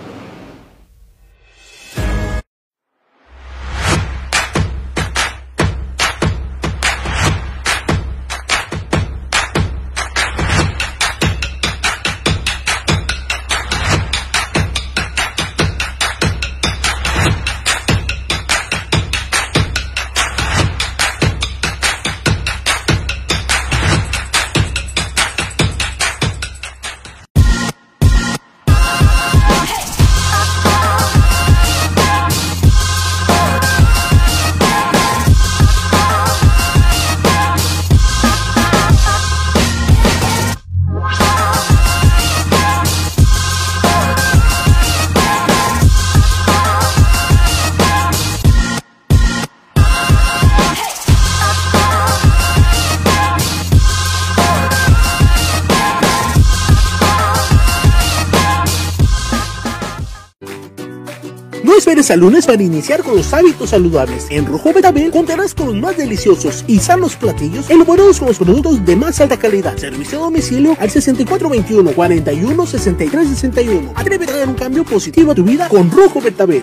No esperes al lunes para iniciar con los hábitos saludables. En Rojo Betabel contarás con los más deliciosos y sanos platillos elaborados con los productos de más alta calidad. Servicio a domicilio al 6421 41 63 61. Atrévete a dar un cambio positivo a tu vida con Rojo Betabel.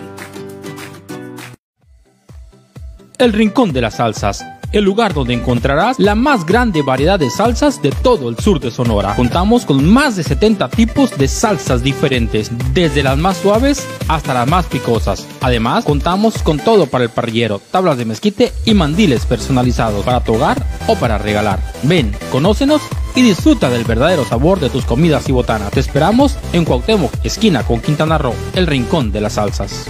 El Rincón de las Salsas, el lugar donde encontrarás la más grande variedad de salsas de todo el sur de Sonora. Contamos con más de 70 tipos de salsas diferentes, desde las más suaves hasta las más picosas. Además, contamos con todo para el parrillero, tablas de mezquite y mandiles personalizados para tu hogar o para regalar. Ven, conócenos y disfruta del verdadero sabor de tus comidas y botanas. Te esperamos en Cuauhtémoc, esquina con Quintana Roo, el Rincón de las Salsas.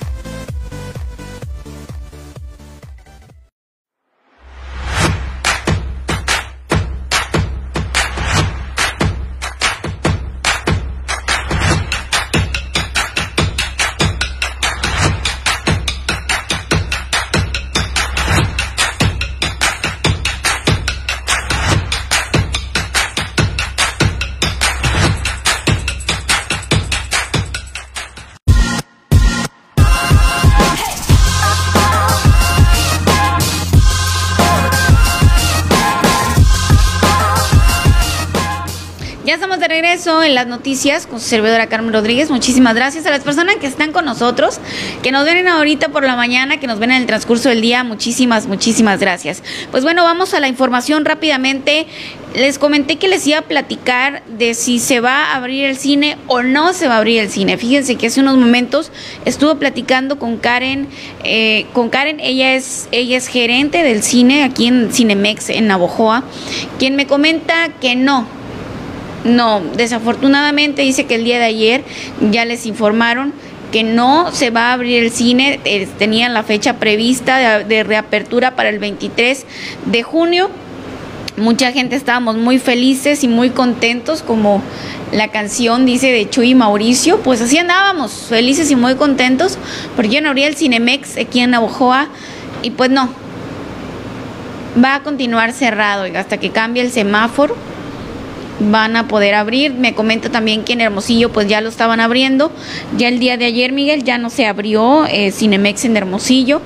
Ya estamos de regreso en las noticias con su servidora Carmen Rodríguez. Muchísimas gracias a las personas que están con nosotros, que nos ven ahorita por la mañana, que nos ven en el transcurso del día. Muchísimas gracias. Pues bueno, vamos a la información rápidamente. Les comenté que les iba a platicar de si se va a abrir el cine o no se va a abrir el cine. Fíjense que hace unos momentos estuve platicando con Karen. Ella es gerente del cine aquí en Cinemex en Navojoa, quien me comenta que no, desafortunadamente dice que el día de ayer ya les informaron que no se va a abrir el cine. Tenían la fecha prevista de reapertura para el 23 de junio. Mucha gente estábamos muy felices y muy contentos, como la canción dice de Chuy y Mauricio. Pues así andábamos, felices y muy contentos, porque ya no abría el Cinemex aquí en Navojoa. Y pues no, va a continuar cerrado hasta que cambie el semáforo. Van a poder abrir. Me comenta también que en Hermosillo pues ya lo estaban abriendo. Ya el día de ayer, Miguel, ya no se abrió Cinemex en Hermosillo.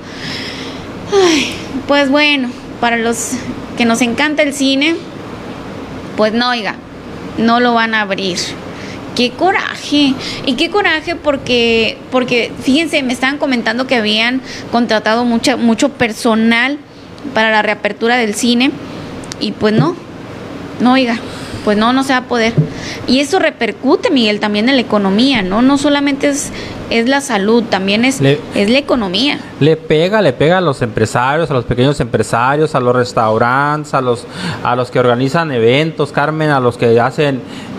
Ay, pues bueno, para los que nos encanta el cine, pues no, no lo van a abrir. ¡Qué coraje! Y qué coraje porque fíjense, me estaban comentando que habían contratado mucho personal para la reapertura del cine. Y pues no, pues no se va a poder. Y eso repercute, Miguel, también en la economía, ¿no? No solamente es la salud, también es la economía. Le pega a los empresarios, a los pequeños empresarios, a los restaurantes, a los que organizan eventos, Carmen, a los que hacen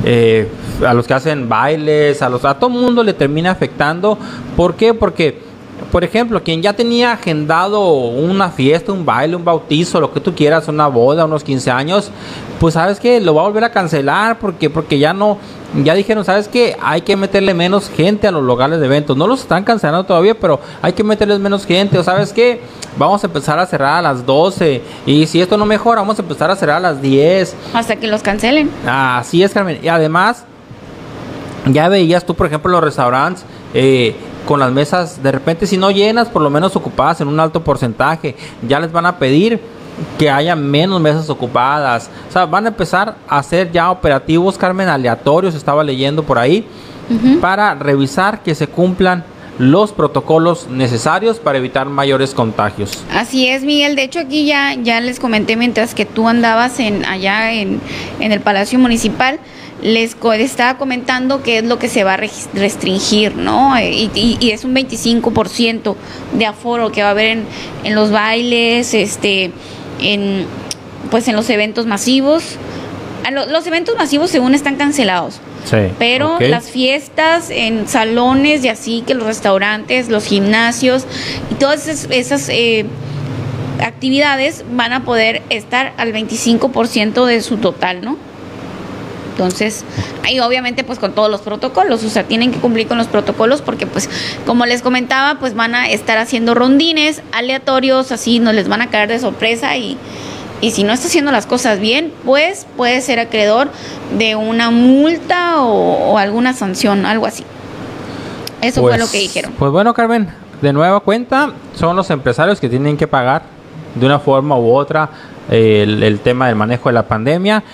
bailes, a todo el mundo le termina afectando. ¿Por qué? Porque, por ejemplo, quien ya tenía agendado una fiesta, un baile, un bautizo, lo que tú quieras, una boda, unos 15 años, pues sabes que lo va a volver a cancelar porque ya dijeron, sabes que hay que meterle menos gente a los locales de eventos. No los están cancelando todavía, pero hay que meterles menos gente. O sabes que vamos a empezar a cerrar a las 12 y si esto no mejora, vamos a empezar a cerrar a las 10. Hasta que los cancelen. Así es, Carmen. Y además, ya veías tú, por ejemplo, los restaurantes con las mesas, de repente si no llenas, por lo menos ocupadas en un alto porcentaje, ya les van a pedir que haya menos mesas ocupadas. O sea, van a empezar a hacer ya operativos, Carmen, aleatorios, estaba leyendo por ahí, para revisar que se cumplan los protocolos necesarios para evitar mayores contagios. Así es, Miguel. De hecho, aquí ya les comenté mientras que tú andabas allá en el Palacio Municipal. Les estaba comentando qué es lo que se va a restringir, ¿no? Y es un 25% de aforo que va a haber en los bailes, en los eventos masivos. Los eventos masivos según están cancelados. Sí, pero las fiestas en salones y así, que los restaurantes, los gimnasios y todas esas actividades van a poder estar al 25% de su total, ¿no? Entonces, ahí obviamente pues con todos los protocolos, o sea, tienen que cumplir con los protocolos porque pues como les comentaba, pues van a estar haciendo rondines aleatorios, así no les van a caer de sorpresa y si no está haciendo las cosas bien, pues puede ser acreedor de una multa o alguna sanción, algo así. Eso fue lo que dijeron. Pues bueno, Carmen, de nueva cuenta, son los empresarios que tienen que pagar de una forma u otra el tema del manejo de la pandemia.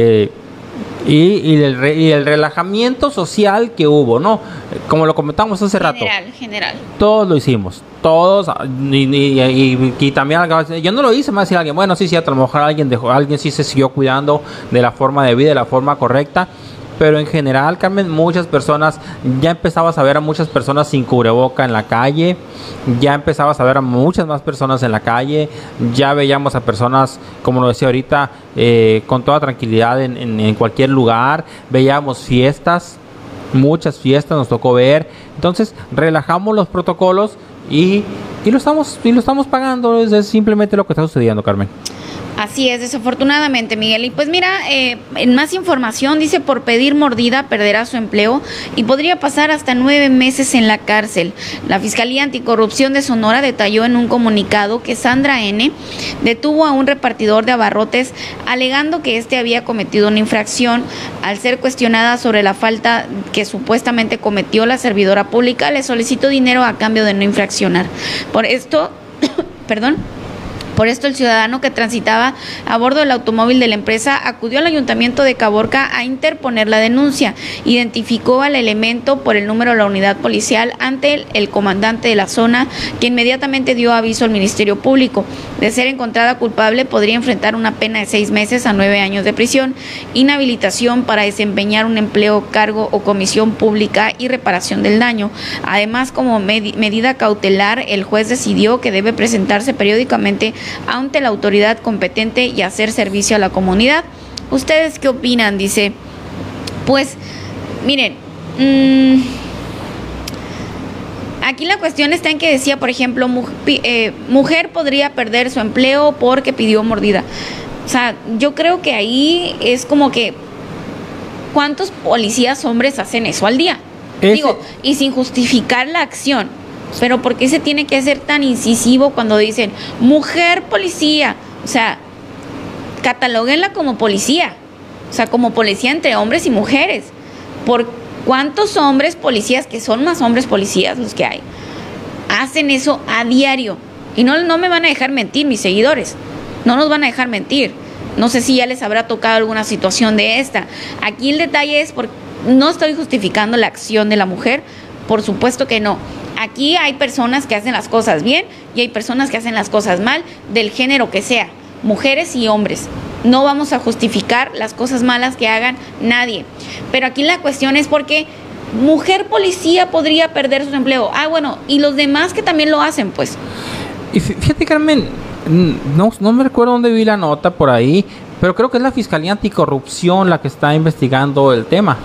Y el relajamiento social que hubo, ¿no? Como lo comentamos hace rato. General. Todos lo hicimos. Todos. Y también, yo no lo hice, me decía alguien, bueno, sí, a lo mejor alguien sí se siguió cuidando de la forma de vida, de la forma correcta. Pero en general, Carmen, muchas personas, ya empezabas a ver a muchas personas sin cubreboca en la calle, ya empezabas a ver a muchas más personas en la calle, ya veíamos a personas, como lo decía ahorita, con toda tranquilidad en cualquier lugar, veíamos fiestas, muchas fiestas nos tocó ver. Entonces relajamos los protocolos y lo estamos pagando. Es simplemente lo que está sucediendo, Carmen. Así es, desafortunadamente, Miguel. Y pues mira, en más información, dice, por pedir mordida perderá su empleo y podría pasar hasta 9 meses en la cárcel. La Fiscalía Anticorrupción de Sonora detalló en un comunicado que Sandra N. detuvo a un repartidor de abarrotes alegando que este había cometido una infracción. Al ser cuestionada sobre la falta que supuestamente cometió, la servidora pública le solicitó dinero a cambio de no infraccionar. Por esto, Por esto, el ciudadano que transitaba a bordo del automóvil de la empresa acudió al ayuntamiento de Caborca a interponer la denuncia. Identificó al elemento por el número de la unidad policial ante el comandante de la zona, que inmediatamente dio aviso al Ministerio Público. De ser encontrada culpable, podría enfrentar una pena de 6 meses a 9 años de prisión, inhabilitación para desempeñar un empleo, cargo o comisión pública y reparación del daño. Además, como medida cautelar, el juez decidió que debe presentarse periódicamente ante la autoridad competente y hacer servicio a la comunidad. ¿Ustedes qué opinan? Dice, pues, miren, aquí la cuestión está en que decía, por ejemplo, mujer podría perder su empleo porque pidió mordida. O sea, yo creo que ahí es como que, ¿cuántos policías hombres hacen eso al día? Digo, y sin justificar la acción. Pero ¿por qué se tiene que ser tan incisivo cuando dicen mujer policía? O sea, catalóguenla como policía. O sea, como policía entre hombres y mujeres. ¿Por cuántos hombres policías, que son más hombres policías los que hay, hacen eso a diario? Y no me van a dejar mentir mis seguidores. No nos van a dejar mentir. No sé si ya les habrá tocado alguna situación de esta. Aquí el detalle es, no estoy justificando la acción de la mujer. Por supuesto que no. Aquí hay personas que hacen las cosas bien y hay personas que hacen las cosas mal, del género que sea, mujeres y hombres. No vamos a justificar las cosas malas que hagan nadie. Pero aquí la cuestión es porque mujer policía podría perder su empleo. Ah, bueno, y los demás que también lo hacen, pues. Y fíjate, Carmen, no me recuerdo dónde vi la nota por ahí, pero creo que es la Fiscalía Anticorrupción la que está investigando el tema.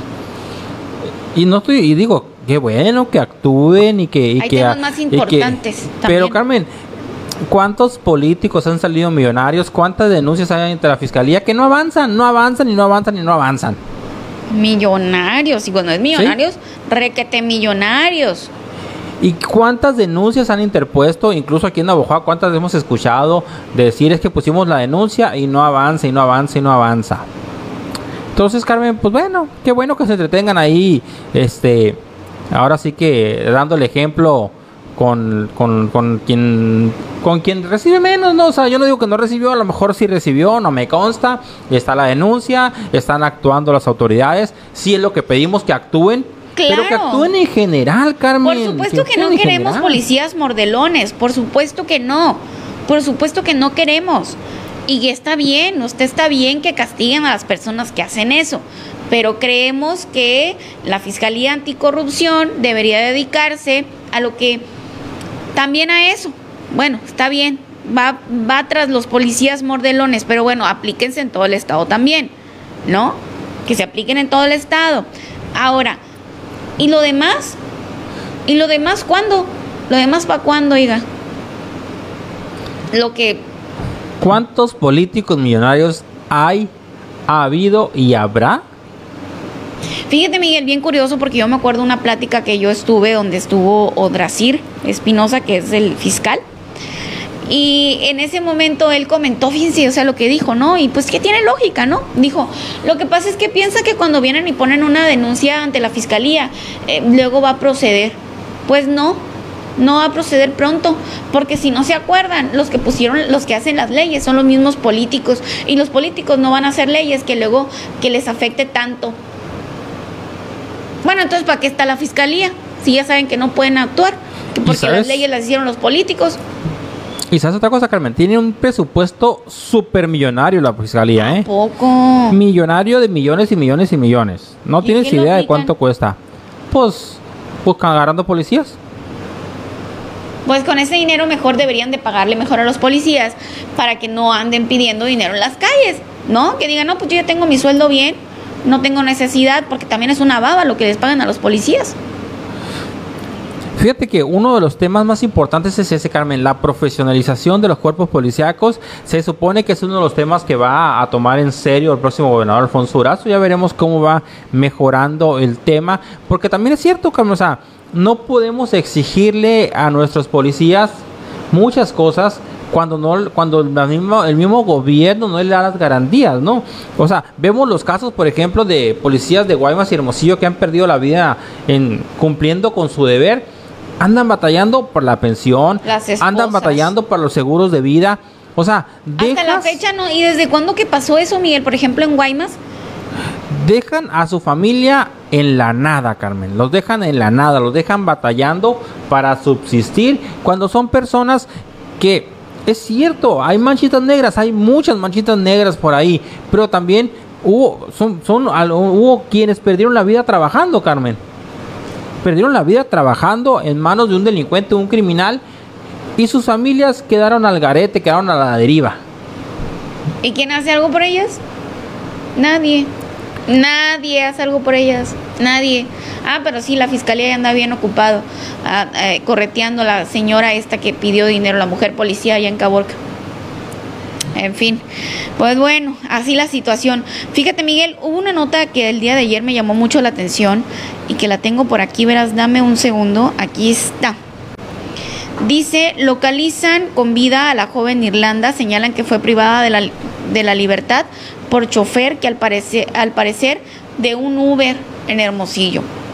Y digo, qué bueno que actúen y que... Hay temas más importantes también. Pero, Carmen, ¿cuántos políticos han salido millonarios? ¿Cuántas denuncias hay ante la Fiscalía que no avanzan, no avanzan y no avanzan y no avanzan? Millonarios, y cuando es millonarios, ¿sí? Requete millonarios. ¿Y cuántas denuncias han interpuesto? Incluso aquí en Navojoa, ¿cuántas hemos escuchado decir es que pusimos la denuncia y no avanza, y no avanza, y no avanza? Entonces, Carmen, pues bueno, qué bueno que se entretengan ahí, ahora sí que dando el ejemplo con quien recibe menos, ¿no? O sea, yo no digo que no recibió, a lo mejor sí recibió, no me consta, está la denuncia, están actuando las autoridades, sí es lo que pedimos que actúen. Claro. Pero que actúen en general, Carmen. Por supuesto que no queremos policías mordelones, por supuesto que no, queremos. Y está bien, usted está bien que castiguen a las personas que hacen eso, pero creemos que la Fiscalía Anticorrupción debería dedicarse a lo que, también a eso. Bueno, está bien, va tras los policías mordelones, pero bueno, aplíquense en todo el estado también, ¿no? Que se apliquen en todo el estado. Ahora, ¿y lo demás? ¿Y lo demás cuándo? ¿Lo demás para cuándo, oiga? ¿Cuántos políticos millonarios ha habido y habrá? Fíjate, Miguel, bien curioso, porque yo me acuerdo una plática que yo estuve donde estuvo Odrasir Espinosa, que es el fiscal, y en ese momento él comentó, fíjense, o sea, lo que dijo, ¿no? Y pues que tiene lógica, ¿no? Dijo, lo que pasa es que piensa que cuando vienen y ponen una denuncia ante la fiscalía, luego va a proceder. Pues no va a proceder pronto, porque si no se acuerdan, los que hacen las leyes son los mismos políticos, y los políticos no van a hacer leyes que luego que les afecte tanto. Bueno, entonces, ¿para qué está la fiscalía? Si ya saben que no pueden actuar, porque las leyes las hicieron los políticos. Y sabes otra cosa, Carmen, tiene un presupuesto súper millonario la fiscalía, ¿eh? Poco. Millonario de millones y millones y millones. No tienes idea de cuánto cuesta. Pues agarrando policías. Pues con ese dinero mejor deberían de pagarle mejor a los policías para que no anden pidiendo dinero en las calles, ¿no? Que digan, no, pues yo ya tengo mi sueldo bien, no tengo necesidad, porque también es una baba lo que les pagan a los policías. Fíjate que uno de los temas más importantes es ese, Carmen, la profesionalización de los cuerpos policíacos. Se supone que es uno de los temas que va a tomar en serio el próximo gobernador Alfonso Durazo. Ya veremos cómo va mejorando el tema, porque también es cierto, Carmen, o sea, no podemos exigirle a nuestros policías muchas cosas cuando el mismo gobierno no le da las garantías, ¿no? O sea, vemos los casos, por ejemplo, de policías de Guaymas y Hermosillo que han perdido la vida cumpliendo con su deber. Andan batallando por la pensión, andan batallando por los seguros de vida. O sea, hasta la fecha no. ¿Y desde cuándo que pasó eso, Miguel? Por ejemplo, en Guaymas. Dejan a su familia en la nada, Carmen. Los dejan en la nada, los dejan batallando para subsistir, cuando son personas que, es cierto, hay manchitas negras, hay muchas manchitas negras por ahí, pero también hubo quienes perdieron la vida trabajando, Carmen. Perdieron la vida trabajando en manos de un delincuente, un criminal, y sus familias quedaron al garete, quedaron a la deriva. ¿Y quién hace algo por ellas? Nadie hace algo por ellas, nadie. Pero sí, la fiscalía ya anda bien ocupado correteando a la señora esta que pidió dinero, la mujer policía allá en Caborca. En fin, pues bueno, así la situación. Fíjate, Miguel, hubo una nota que el día de ayer me llamó mucho la atención y que la tengo por aquí, verás, dame un segundo, aquí está. Dice, localizan con vida a la joven Irlanda, señalan que fue privada de la libertad por chofer que al parecer de un Uber en Hermosillo.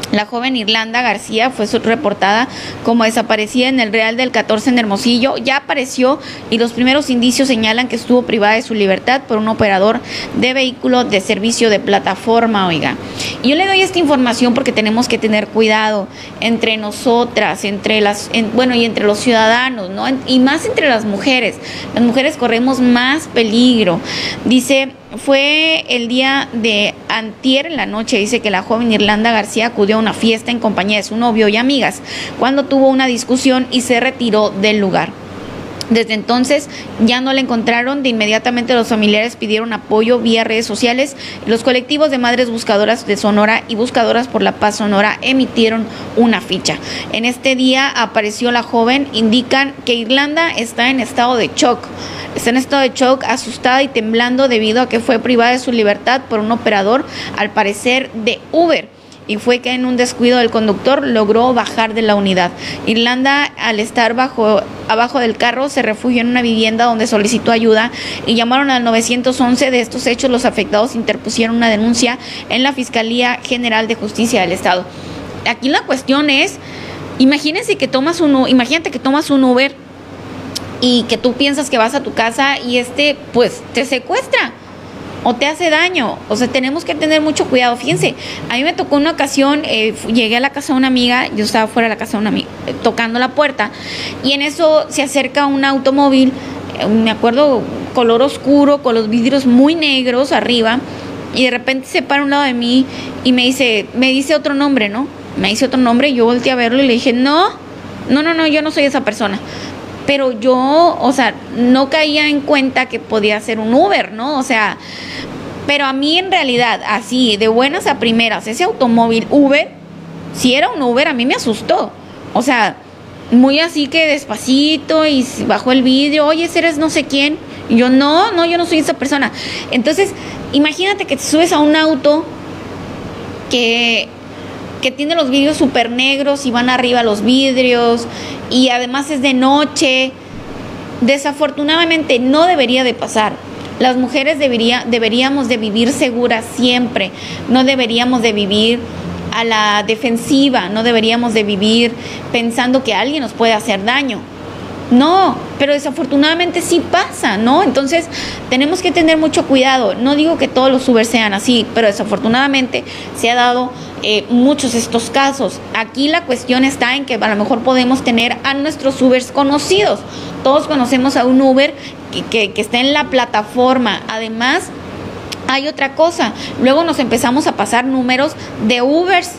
La joven Irlanda García fue reportada como desaparecida en el Real del 14 en Hermosillo. Ya apareció y los primeros indicios señalan que estuvo privada de su libertad por un operador de vehículo de servicio de plataforma, oiga. Y yo le doy esta información porque tenemos que tener cuidado entre nosotras, y entre los ciudadanos, ¿no? Y más entre las mujeres. Las mujeres corremos más peligro. Dice, fue el día de antier en la noche, dice que la joven Irlanda García acudió a una fiesta en compañía de su novio y amigas cuando tuvo una discusión y se retiró del lugar. Desde entonces ya no la encontraron. De inmediatamente los familiares pidieron apoyo vía redes sociales. Los colectivos de Madres Buscadoras de Sonora y Buscadoras por la Paz Sonora emitieron una ficha. En este día apareció la joven. Indican que Irlanda está en estado de shock. Está en estado de shock, asustada y temblando debido a que fue privada de su libertad por un operador, al parecer de Uber. Y fue que en un descuido del conductor logró bajar de la unidad. Irlanda, al estar abajo del carro, se refugió en una vivienda donde solicitó ayuda y llamaron al 911. De estos hechos, los afectados interpusieron una denuncia en la Fiscalía General de Justicia del Estado. Aquí la cuestión es, imagínate que tomas un Uber y que tú piensas que vas a tu casa y pues te secuestra o te hace daño. O sea, tenemos que tener mucho cuidado. Fíjense, a mí me tocó una ocasión, llegué a la casa de una amiga, yo estaba fuera de la casa de una amiga, tocando la puerta, y en eso se acerca un automóvil, me acuerdo, color oscuro, con los vidrios muy negros arriba, y de repente se para a un lado de mí y me dice otro nombre, ¿no? Me dice otro nombre, y yo volteé a verlo y le dije, no, yo no soy esa persona. Pero yo, o sea, no caía en cuenta que podía ser un Uber, ¿no? O sea, pero a mí en realidad, así, de buenas a primeras, ese automóvil Uber, si era un Uber, a mí me asustó. O sea, muy así que despacito y bajó el vidrio, oye, ¿eres no sé quién? Y yo, no, yo no soy esa persona. Entonces, imagínate que te subes a un auto que tiene los vidrios súper negros y van arriba los vidrios y además es de noche. Desafortunadamente no debería de pasar. Las mujeres deberíamos de vivir seguras siempre. No deberíamos de vivir a la defensiva, no deberíamos de vivir pensando que alguien nos puede hacer daño. No, pero desafortunadamente sí pasa, ¿no? Entonces tenemos que tener mucho cuidado. No digo que todos los Uber sean así, pero desafortunadamente se ha dado muchos estos casos. Aquí la cuestión está en que a lo mejor podemos tener a nuestros Ubers conocidos. Todos conocemos a un Uber que está en la plataforma. Además, hay otra cosa. Luego nos empezamos a pasar números de Ubers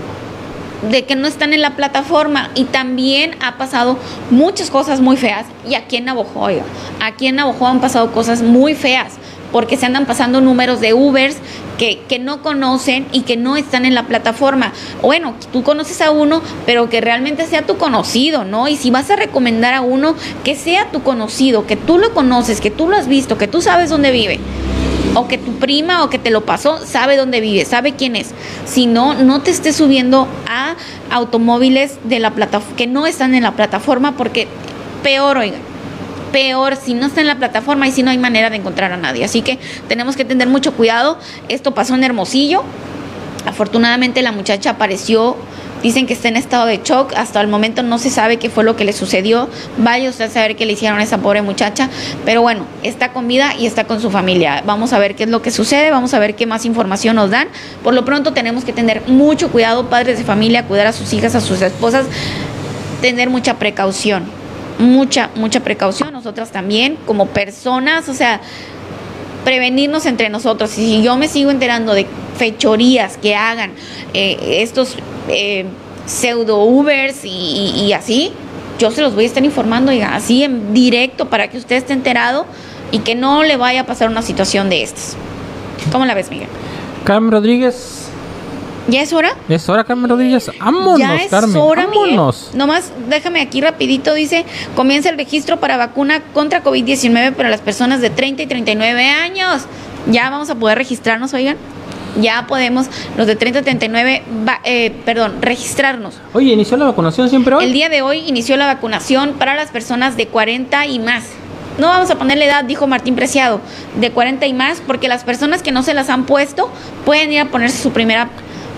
de que no están en la plataforma, y también ha pasado muchas cosas muy feas. Y aquí en Navojoa, aquí en Navojoa han pasado cosas muy feas porque se andan pasando números de Ubers que no conocen y que no están en la plataforma. Bueno, tú conoces a uno, pero que realmente sea tu conocido, ¿no? Y si vas a recomendar a uno, que sea tu conocido, que tú lo conoces, que tú lo has visto, que tú sabes dónde vive, o que tu prima o que te lo pasó sabe dónde vive, sabe quién es. Si no, no te estés subiendo a automóviles de la plataforma que no están en la plataforma, porque peor, peor si no está en la plataforma y si no hay manera de encontrar a nadie. Así que tenemos que tener mucho cuidado. Esto pasó en Hermosillo. Afortunadamente la muchacha apareció. Dicen que está en estado de shock. Hasta el momento no se sabe qué fue lo que le sucedió. Vaya usted a saber qué le hicieron a esa pobre muchacha. Pero bueno, está con vida y está con su familia. Vamos a ver qué es lo que sucede. Vamos a ver qué más información nos dan. Por lo pronto tenemos que tener mucho cuidado, padres de familia, cuidar a sus hijas, a sus esposas. Tener mucha precaución. Mucha precaución. Nosotras también, como personas, o sea, prevenirnos entre nosotros. Y si yo me sigo enterando de fechorías que hagan estos pseudo Ubers y así, yo se los voy a estar informando así en directo para que usted esté enterado y que no le vaya a pasar una situación de estas. ¿Cómo la ves, Miguel? Carmen Rodríguez. ¿Ya es hora? Es hora, Carmen Rodríguez. Vámonos, ya es Carmen. Hora, vámonos. Miguel. Nomás déjame aquí rapidito, dice, comienza el registro para vacuna contra COVID-19 para las personas de 30 y 39 años. Ya vamos a poder registrarnos, oigan. Ya podemos, los de 30 a 39, registrarnos. Oye, ¿inició la vacunación siempre hoy? El día de hoy inició la vacunación para las personas de 40 y más. No vamos a ponerle edad, dijo Martín Preciado, de 40 y más, porque las personas que no se las han puesto pueden ir a ponerse su primera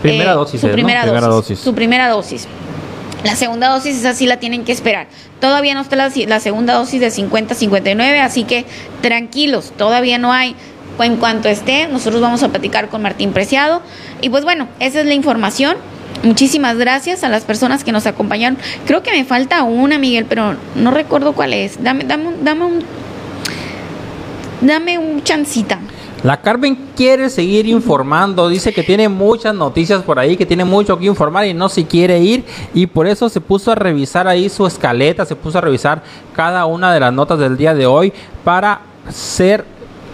Primera dosis, su ¿no? primera Primera dosis. Su primera dosis. La segunda dosis, esa sí la tienen que esperar. Todavía no está la segunda dosis de 50-59, así que tranquilos, todavía no hay. En cuanto esté, nosotros vamos a platicar con Martín Preciado. Y pues bueno, esa es la información. Muchísimas gracias a las personas que nos acompañaron. Creo que me falta una, Miguel, pero no recuerdo cuál es. Dame un chancita. La Carmen quiere seguir informando, dice que tiene muchas noticias por ahí, que tiene mucho que informar y no se quiere ir, y por eso se puso a revisar ahí su escaleta, se puso a revisar cada una de las notas del día de hoy para ser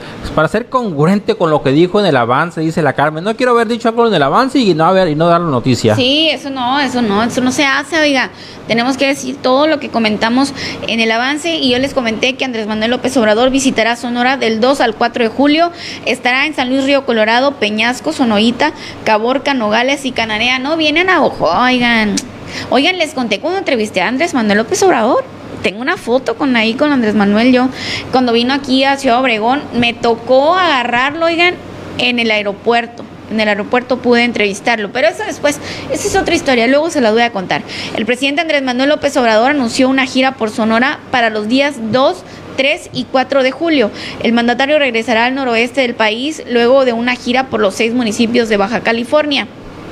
congruente con lo que dijo en el avance. Dice la Carmen, no quiero haber dicho algo en el avance y no dar la noticia. Sí, eso no se hace, oiga. Tenemos que decir todo lo que comentamos en el avance, y yo les comenté que Andrés Manuel López Obrador visitará Sonora del 2 al 4 de julio, estará en San Luis Río Colorado, Peñasco, Sonoita, Caborca, Nogales y Cananea. No vienen a ojo, oigan, les conté cuando entrevisté a Andrés Manuel López Obrador. Tengo una foto con Andrés Manuel. Yo, cuando vino aquí a Ciudad Obregón, me tocó agarrarlo, oigan, en el aeropuerto. En el aeropuerto pude entrevistarlo, pero eso después, esa es otra historia, luego se la voy a contar. El presidente Andrés Manuel López Obrador anunció una gira por Sonora para los días 2, 3 y 4 de julio. El mandatario regresará al noroeste del país luego de una gira por los 6 municipios de Baja California.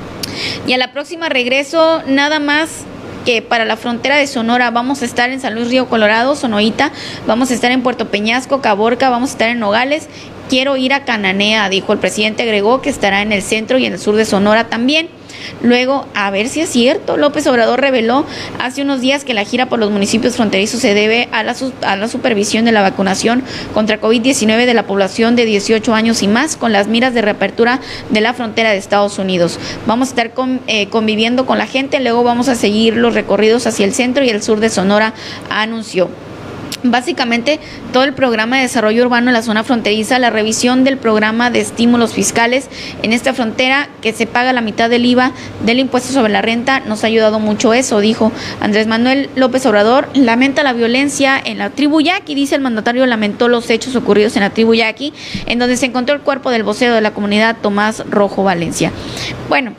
Y a la próxima regreso, nada más que para la frontera de Sonora. Vamos a estar en San Luis Río Colorado, Sonoita, vamos a estar en Puerto Peñasco, Caborca, vamos a estar en Nogales. Quiero ir a Cananea, dijo el presidente. Agregó que estará en el centro y en el sur de Sonora también. Luego, a ver si es cierto, López Obrador reveló hace unos días que la gira por los municipios fronterizos se debe a la supervisión de la vacunación contra COVID-19 de la población de 18 años y más, con las miras de reapertura de la frontera de Estados Unidos. Vamos a estar conviviendo con la gente, luego vamos a seguir los recorridos hacia el centro y el sur de Sonora, anunció. Básicamente, todo el programa de desarrollo urbano en la zona fronteriza, la revisión del programa de estímulos fiscales en esta frontera, que se paga la mitad del IVA del impuesto sobre la renta, nos ha ayudado mucho eso, dijo Andrés Manuel López Obrador. Lamenta la violencia en la tribu Yaqui, dice el mandatario, lamentó los hechos ocurridos en la tribu Yaqui, en donde se encontró el cuerpo del vocero de la comunidad, Tomás Rojo Valencia. Bueno,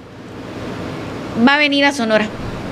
va a venir a Sonora,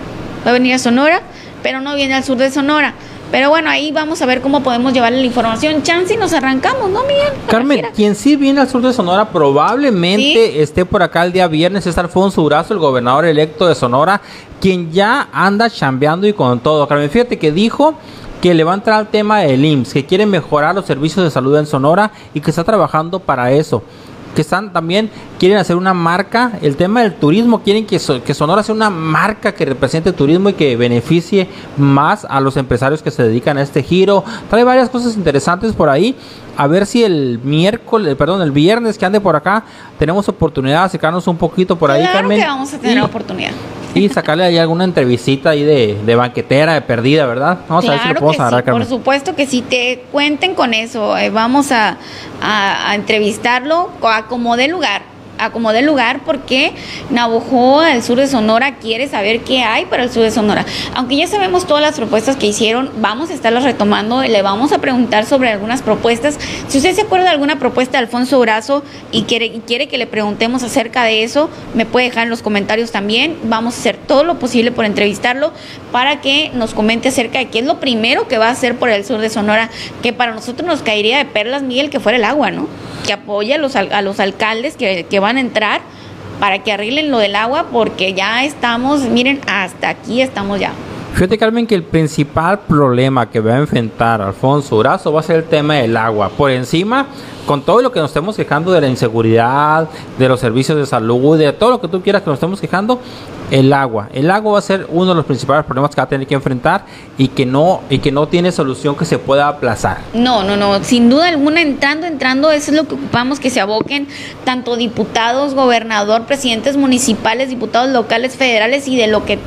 pero no viene al sur de Sonora. Pero bueno, ahí vamos a ver cómo podemos llevarle la información. Chance y nos arrancamos, ¿no, Miguel? Carmen, quien sí viene al sur de Sonora probablemente esté por acá el día viernes, es Alfonso Durazo, el gobernador electo de Sonora, quien ya anda chambeando y con todo. Carmen, fíjate que dijo que le va a entrar al tema del IMSS, que quiere mejorar los servicios de salud en Sonora y que está trabajando para eso. Que quieren hacer una marca, el tema del turismo, quieren que Sonora sea una marca que represente el turismo y que beneficie más a los empresarios que se dedican a este giro. Trae varias cosas interesantes por ahí. A ver si el viernes que ande por acá, tenemos oportunidad de acercarnos un poquito por ahí, Carmen. Claro que vamos a tener oportunidad. Y sacarle ahí alguna entrevistita ahí de banquetera, de perdida, ¿verdad? Vamos a ver si lo podemos agarrar, Carmen. Por supuesto que sí, te cuenten con eso. Vamos a entrevistarlo a como dé lugar, porque Navojoa, el sur de Sonora, quiere saber qué hay para el sur de Sonora. Aunque ya sabemos todas las propuestas que hicieron, vamos a estarlas retomando, le vamos a preguntar sobre algunas propuestas. Si usted se acuerda de alguna propuesta de Alfonso Durazo y quiere que le preguntemos acerca de eso, me puede dejar en los comentarios también. Vamos a hacer todo lo posible por entrevistarlo para que nos comente acerca de qué es lo primero que va a hacer por el sur de Sonora, que para nosotros nos caería de perlas, Miguel, que fuera el agua, ¿no? Que apoye a los alcaldes que van a entrar para que arreglen lo del agua, porque ya estamos, miren, hasta aquí estamos ya. Fíjate, Carmen, que el principal problema que va a enfrentar Alfonso Durazo va a ser el tema del agua. Por encima, con todo lo que nos estemos quejando de la inseguridad, de los servicios de salud, de todo lo que tú quieras que nos estemos quejando, el agua. El agua va a ser uno de los principales problemas que va a tener que enfrentar y que no tiene solución que se pueda aplazar. No, sin duda alguna, entrando, eso es lo que ocupamos, que se aboquen tanto diputados, gobernador, presidentes municipales, diputados locales, federales y de lo que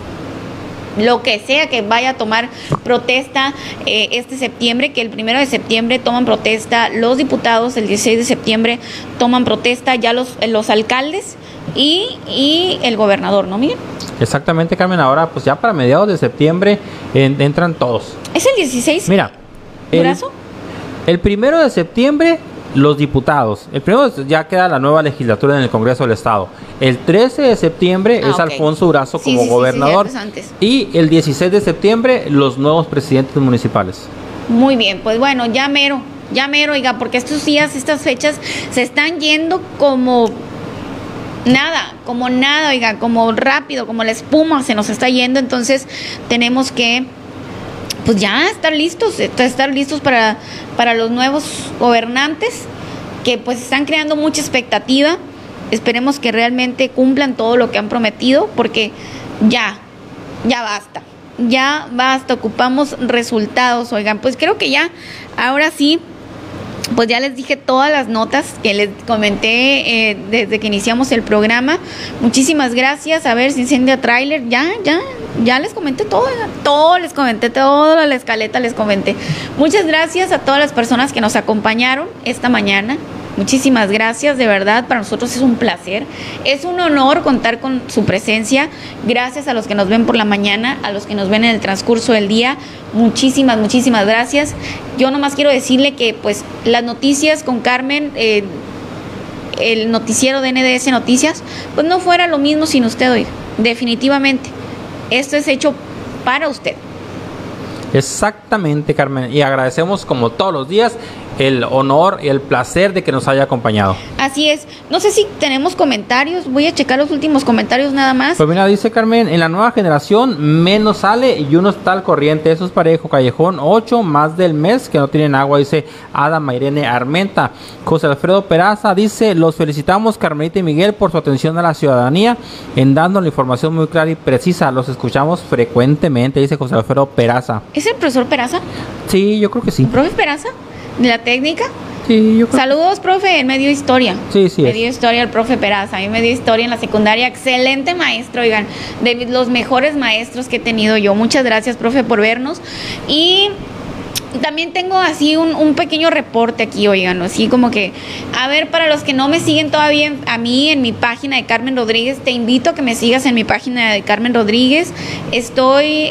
sea que vaya a tomar protesta este septiembre, que el 1 de septiembre toman protesta los diputados, el 16 de septiembre toman protesta ya los alcaldes y el gobernador, ¿no, Miguel? Exactamente, Carmen. Ahora, pues ya para mediados de septiembre entran todos. ¿Es el 16? Mira, ¿Durazo? El 1 de septiembre los diputados. El primero ya queda la nueva legislatura en el Congreso del Estado. El 13 de septiembre es ok. Alfonso Durazo Sí, como gobernador. sí, antes. Y el 16 de septiembre los nuevos presidentes municipales. Muy bien, pues bueno, ya mero, oiga, porque estos días, estas fechas se están yendo como nada, oiga, como rápido, como la espuma se nos está yendo, entonces tenemos que, pues ya estar listos para los nuevos gobernantes que pues están creando mucha expectativa. Esperemos que realmente cumplan todo lo que han prometido, porque ya basta, ocupamos resultados, oigan, pues creo que ya, ahora sí, pues ya les dije todas las notas que les comenté desde que iniciamos el programa. Muchísimas gracias. A ver, si Incendia Trailer, ya les comenté todo les comenté, toda la escaleta les comenté. Muchas gracias a todas las personas que nos acompañaron esta mañana. Muchísimas gracias, de verdad, para nosotros es un placer, es un honor contar con su presencia. Gracias a los que nos ven por la mañana, a los que nos ven en el transcurso del día, muchísimas gracias. Yo nomás quiero decirle que pues las noticias con Carmen, el noticiero de NDS Noticias, pues no fuera lo mismo sin usted hoy, definitivamente. Esto es hecho para usted. Exactamente, Carmen, y agradecemos como todos los días el honor y el placer de que nos haya acompañado. Así es. No sé si tenemos comentarios. Voy a checar los últimos comentarios nada más. Pues mira, dice Carmen, en la nueva generación menos sale y uno está al corriente. Eso es parejo. Callejón 8 más del mes que no tienen agua, dice Ada Mairene Armenta. José Alfredo Peraza dice, los felicitamos Carmelita y Miguel por su atención a la ciudadanía en dando la información muy clara y precisa. Los escuchamos frecuentemente, dice José Alfredo Peraza. ¿Es el profesor Peraza? Sí, yo creo que sí. ¿Profe Peraza? ¿De la técnica? Sí, yo creo. Saludos, profe, él me dio historia. Sí. Me dio historia el profe Peraza. A mí me dio historia en la secundaria. Excelente maestro, oigan, de los mejores maestros que he tenido yo. Muchas gracias, profe, por vernos. Y también tengo así un pequeño reporte aquí, oigan, así como que, a ver, para los que no me siguen todavía a mí en mi página de Carmen Rodríguez, te invito a que me sigas en mi página de Carmen Rodríguez. Estoy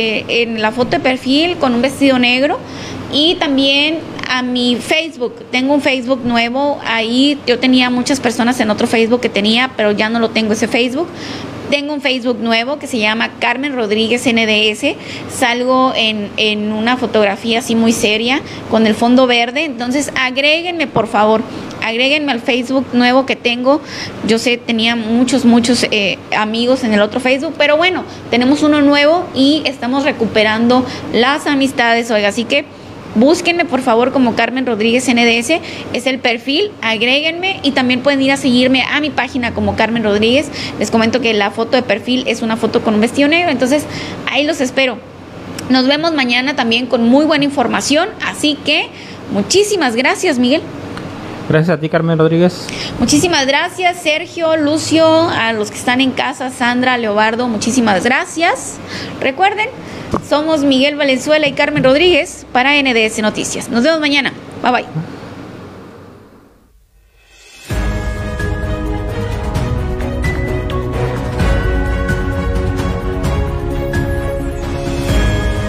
en la foto de perfil con un vestido negro, y también a mi Facebook. Tengo un Facebook nuevo. Ahí yo tenía muchas personas en otro Facebook que tenía, pero ya no lo tengo ese Facebook. Tengo un Facebook nuevo que se llama Carmen Rodríguez NDS. Salgo en una fotografía así muy seria con el fondo verde. Entonces agréguenme, por favor. Agréguenme al Facebook nuevo que tengo. Yo sé, tenía muchos amigos en el otro Facebook, pero bueno, tenemos uno nuevo y estamos recuperando las amistades, oiga, así que búsquenme por favor como Carmen Rodríguez NDS, es el perfil, agréguenme, y también pueden ir a seguirme a mi página como Carmen Rodríguez. Les comento que la foto de perfil es una foto con un vestido negro, entonces ahí los espero. Nos vemos mañana también con muy buena información, así que muchísimas gracias, Miguel. Gracias a ti, Carmen Rodríguez. Muchísimas gracias, Sergio, Lucio, a los que están en casa, Sandra, Leobardo, muchísimas gracias. Recuerden, somos Miguel Valenzuela y Carmen Rodríguez para NDS Noticias. Nos vemos mañana. Bye bye.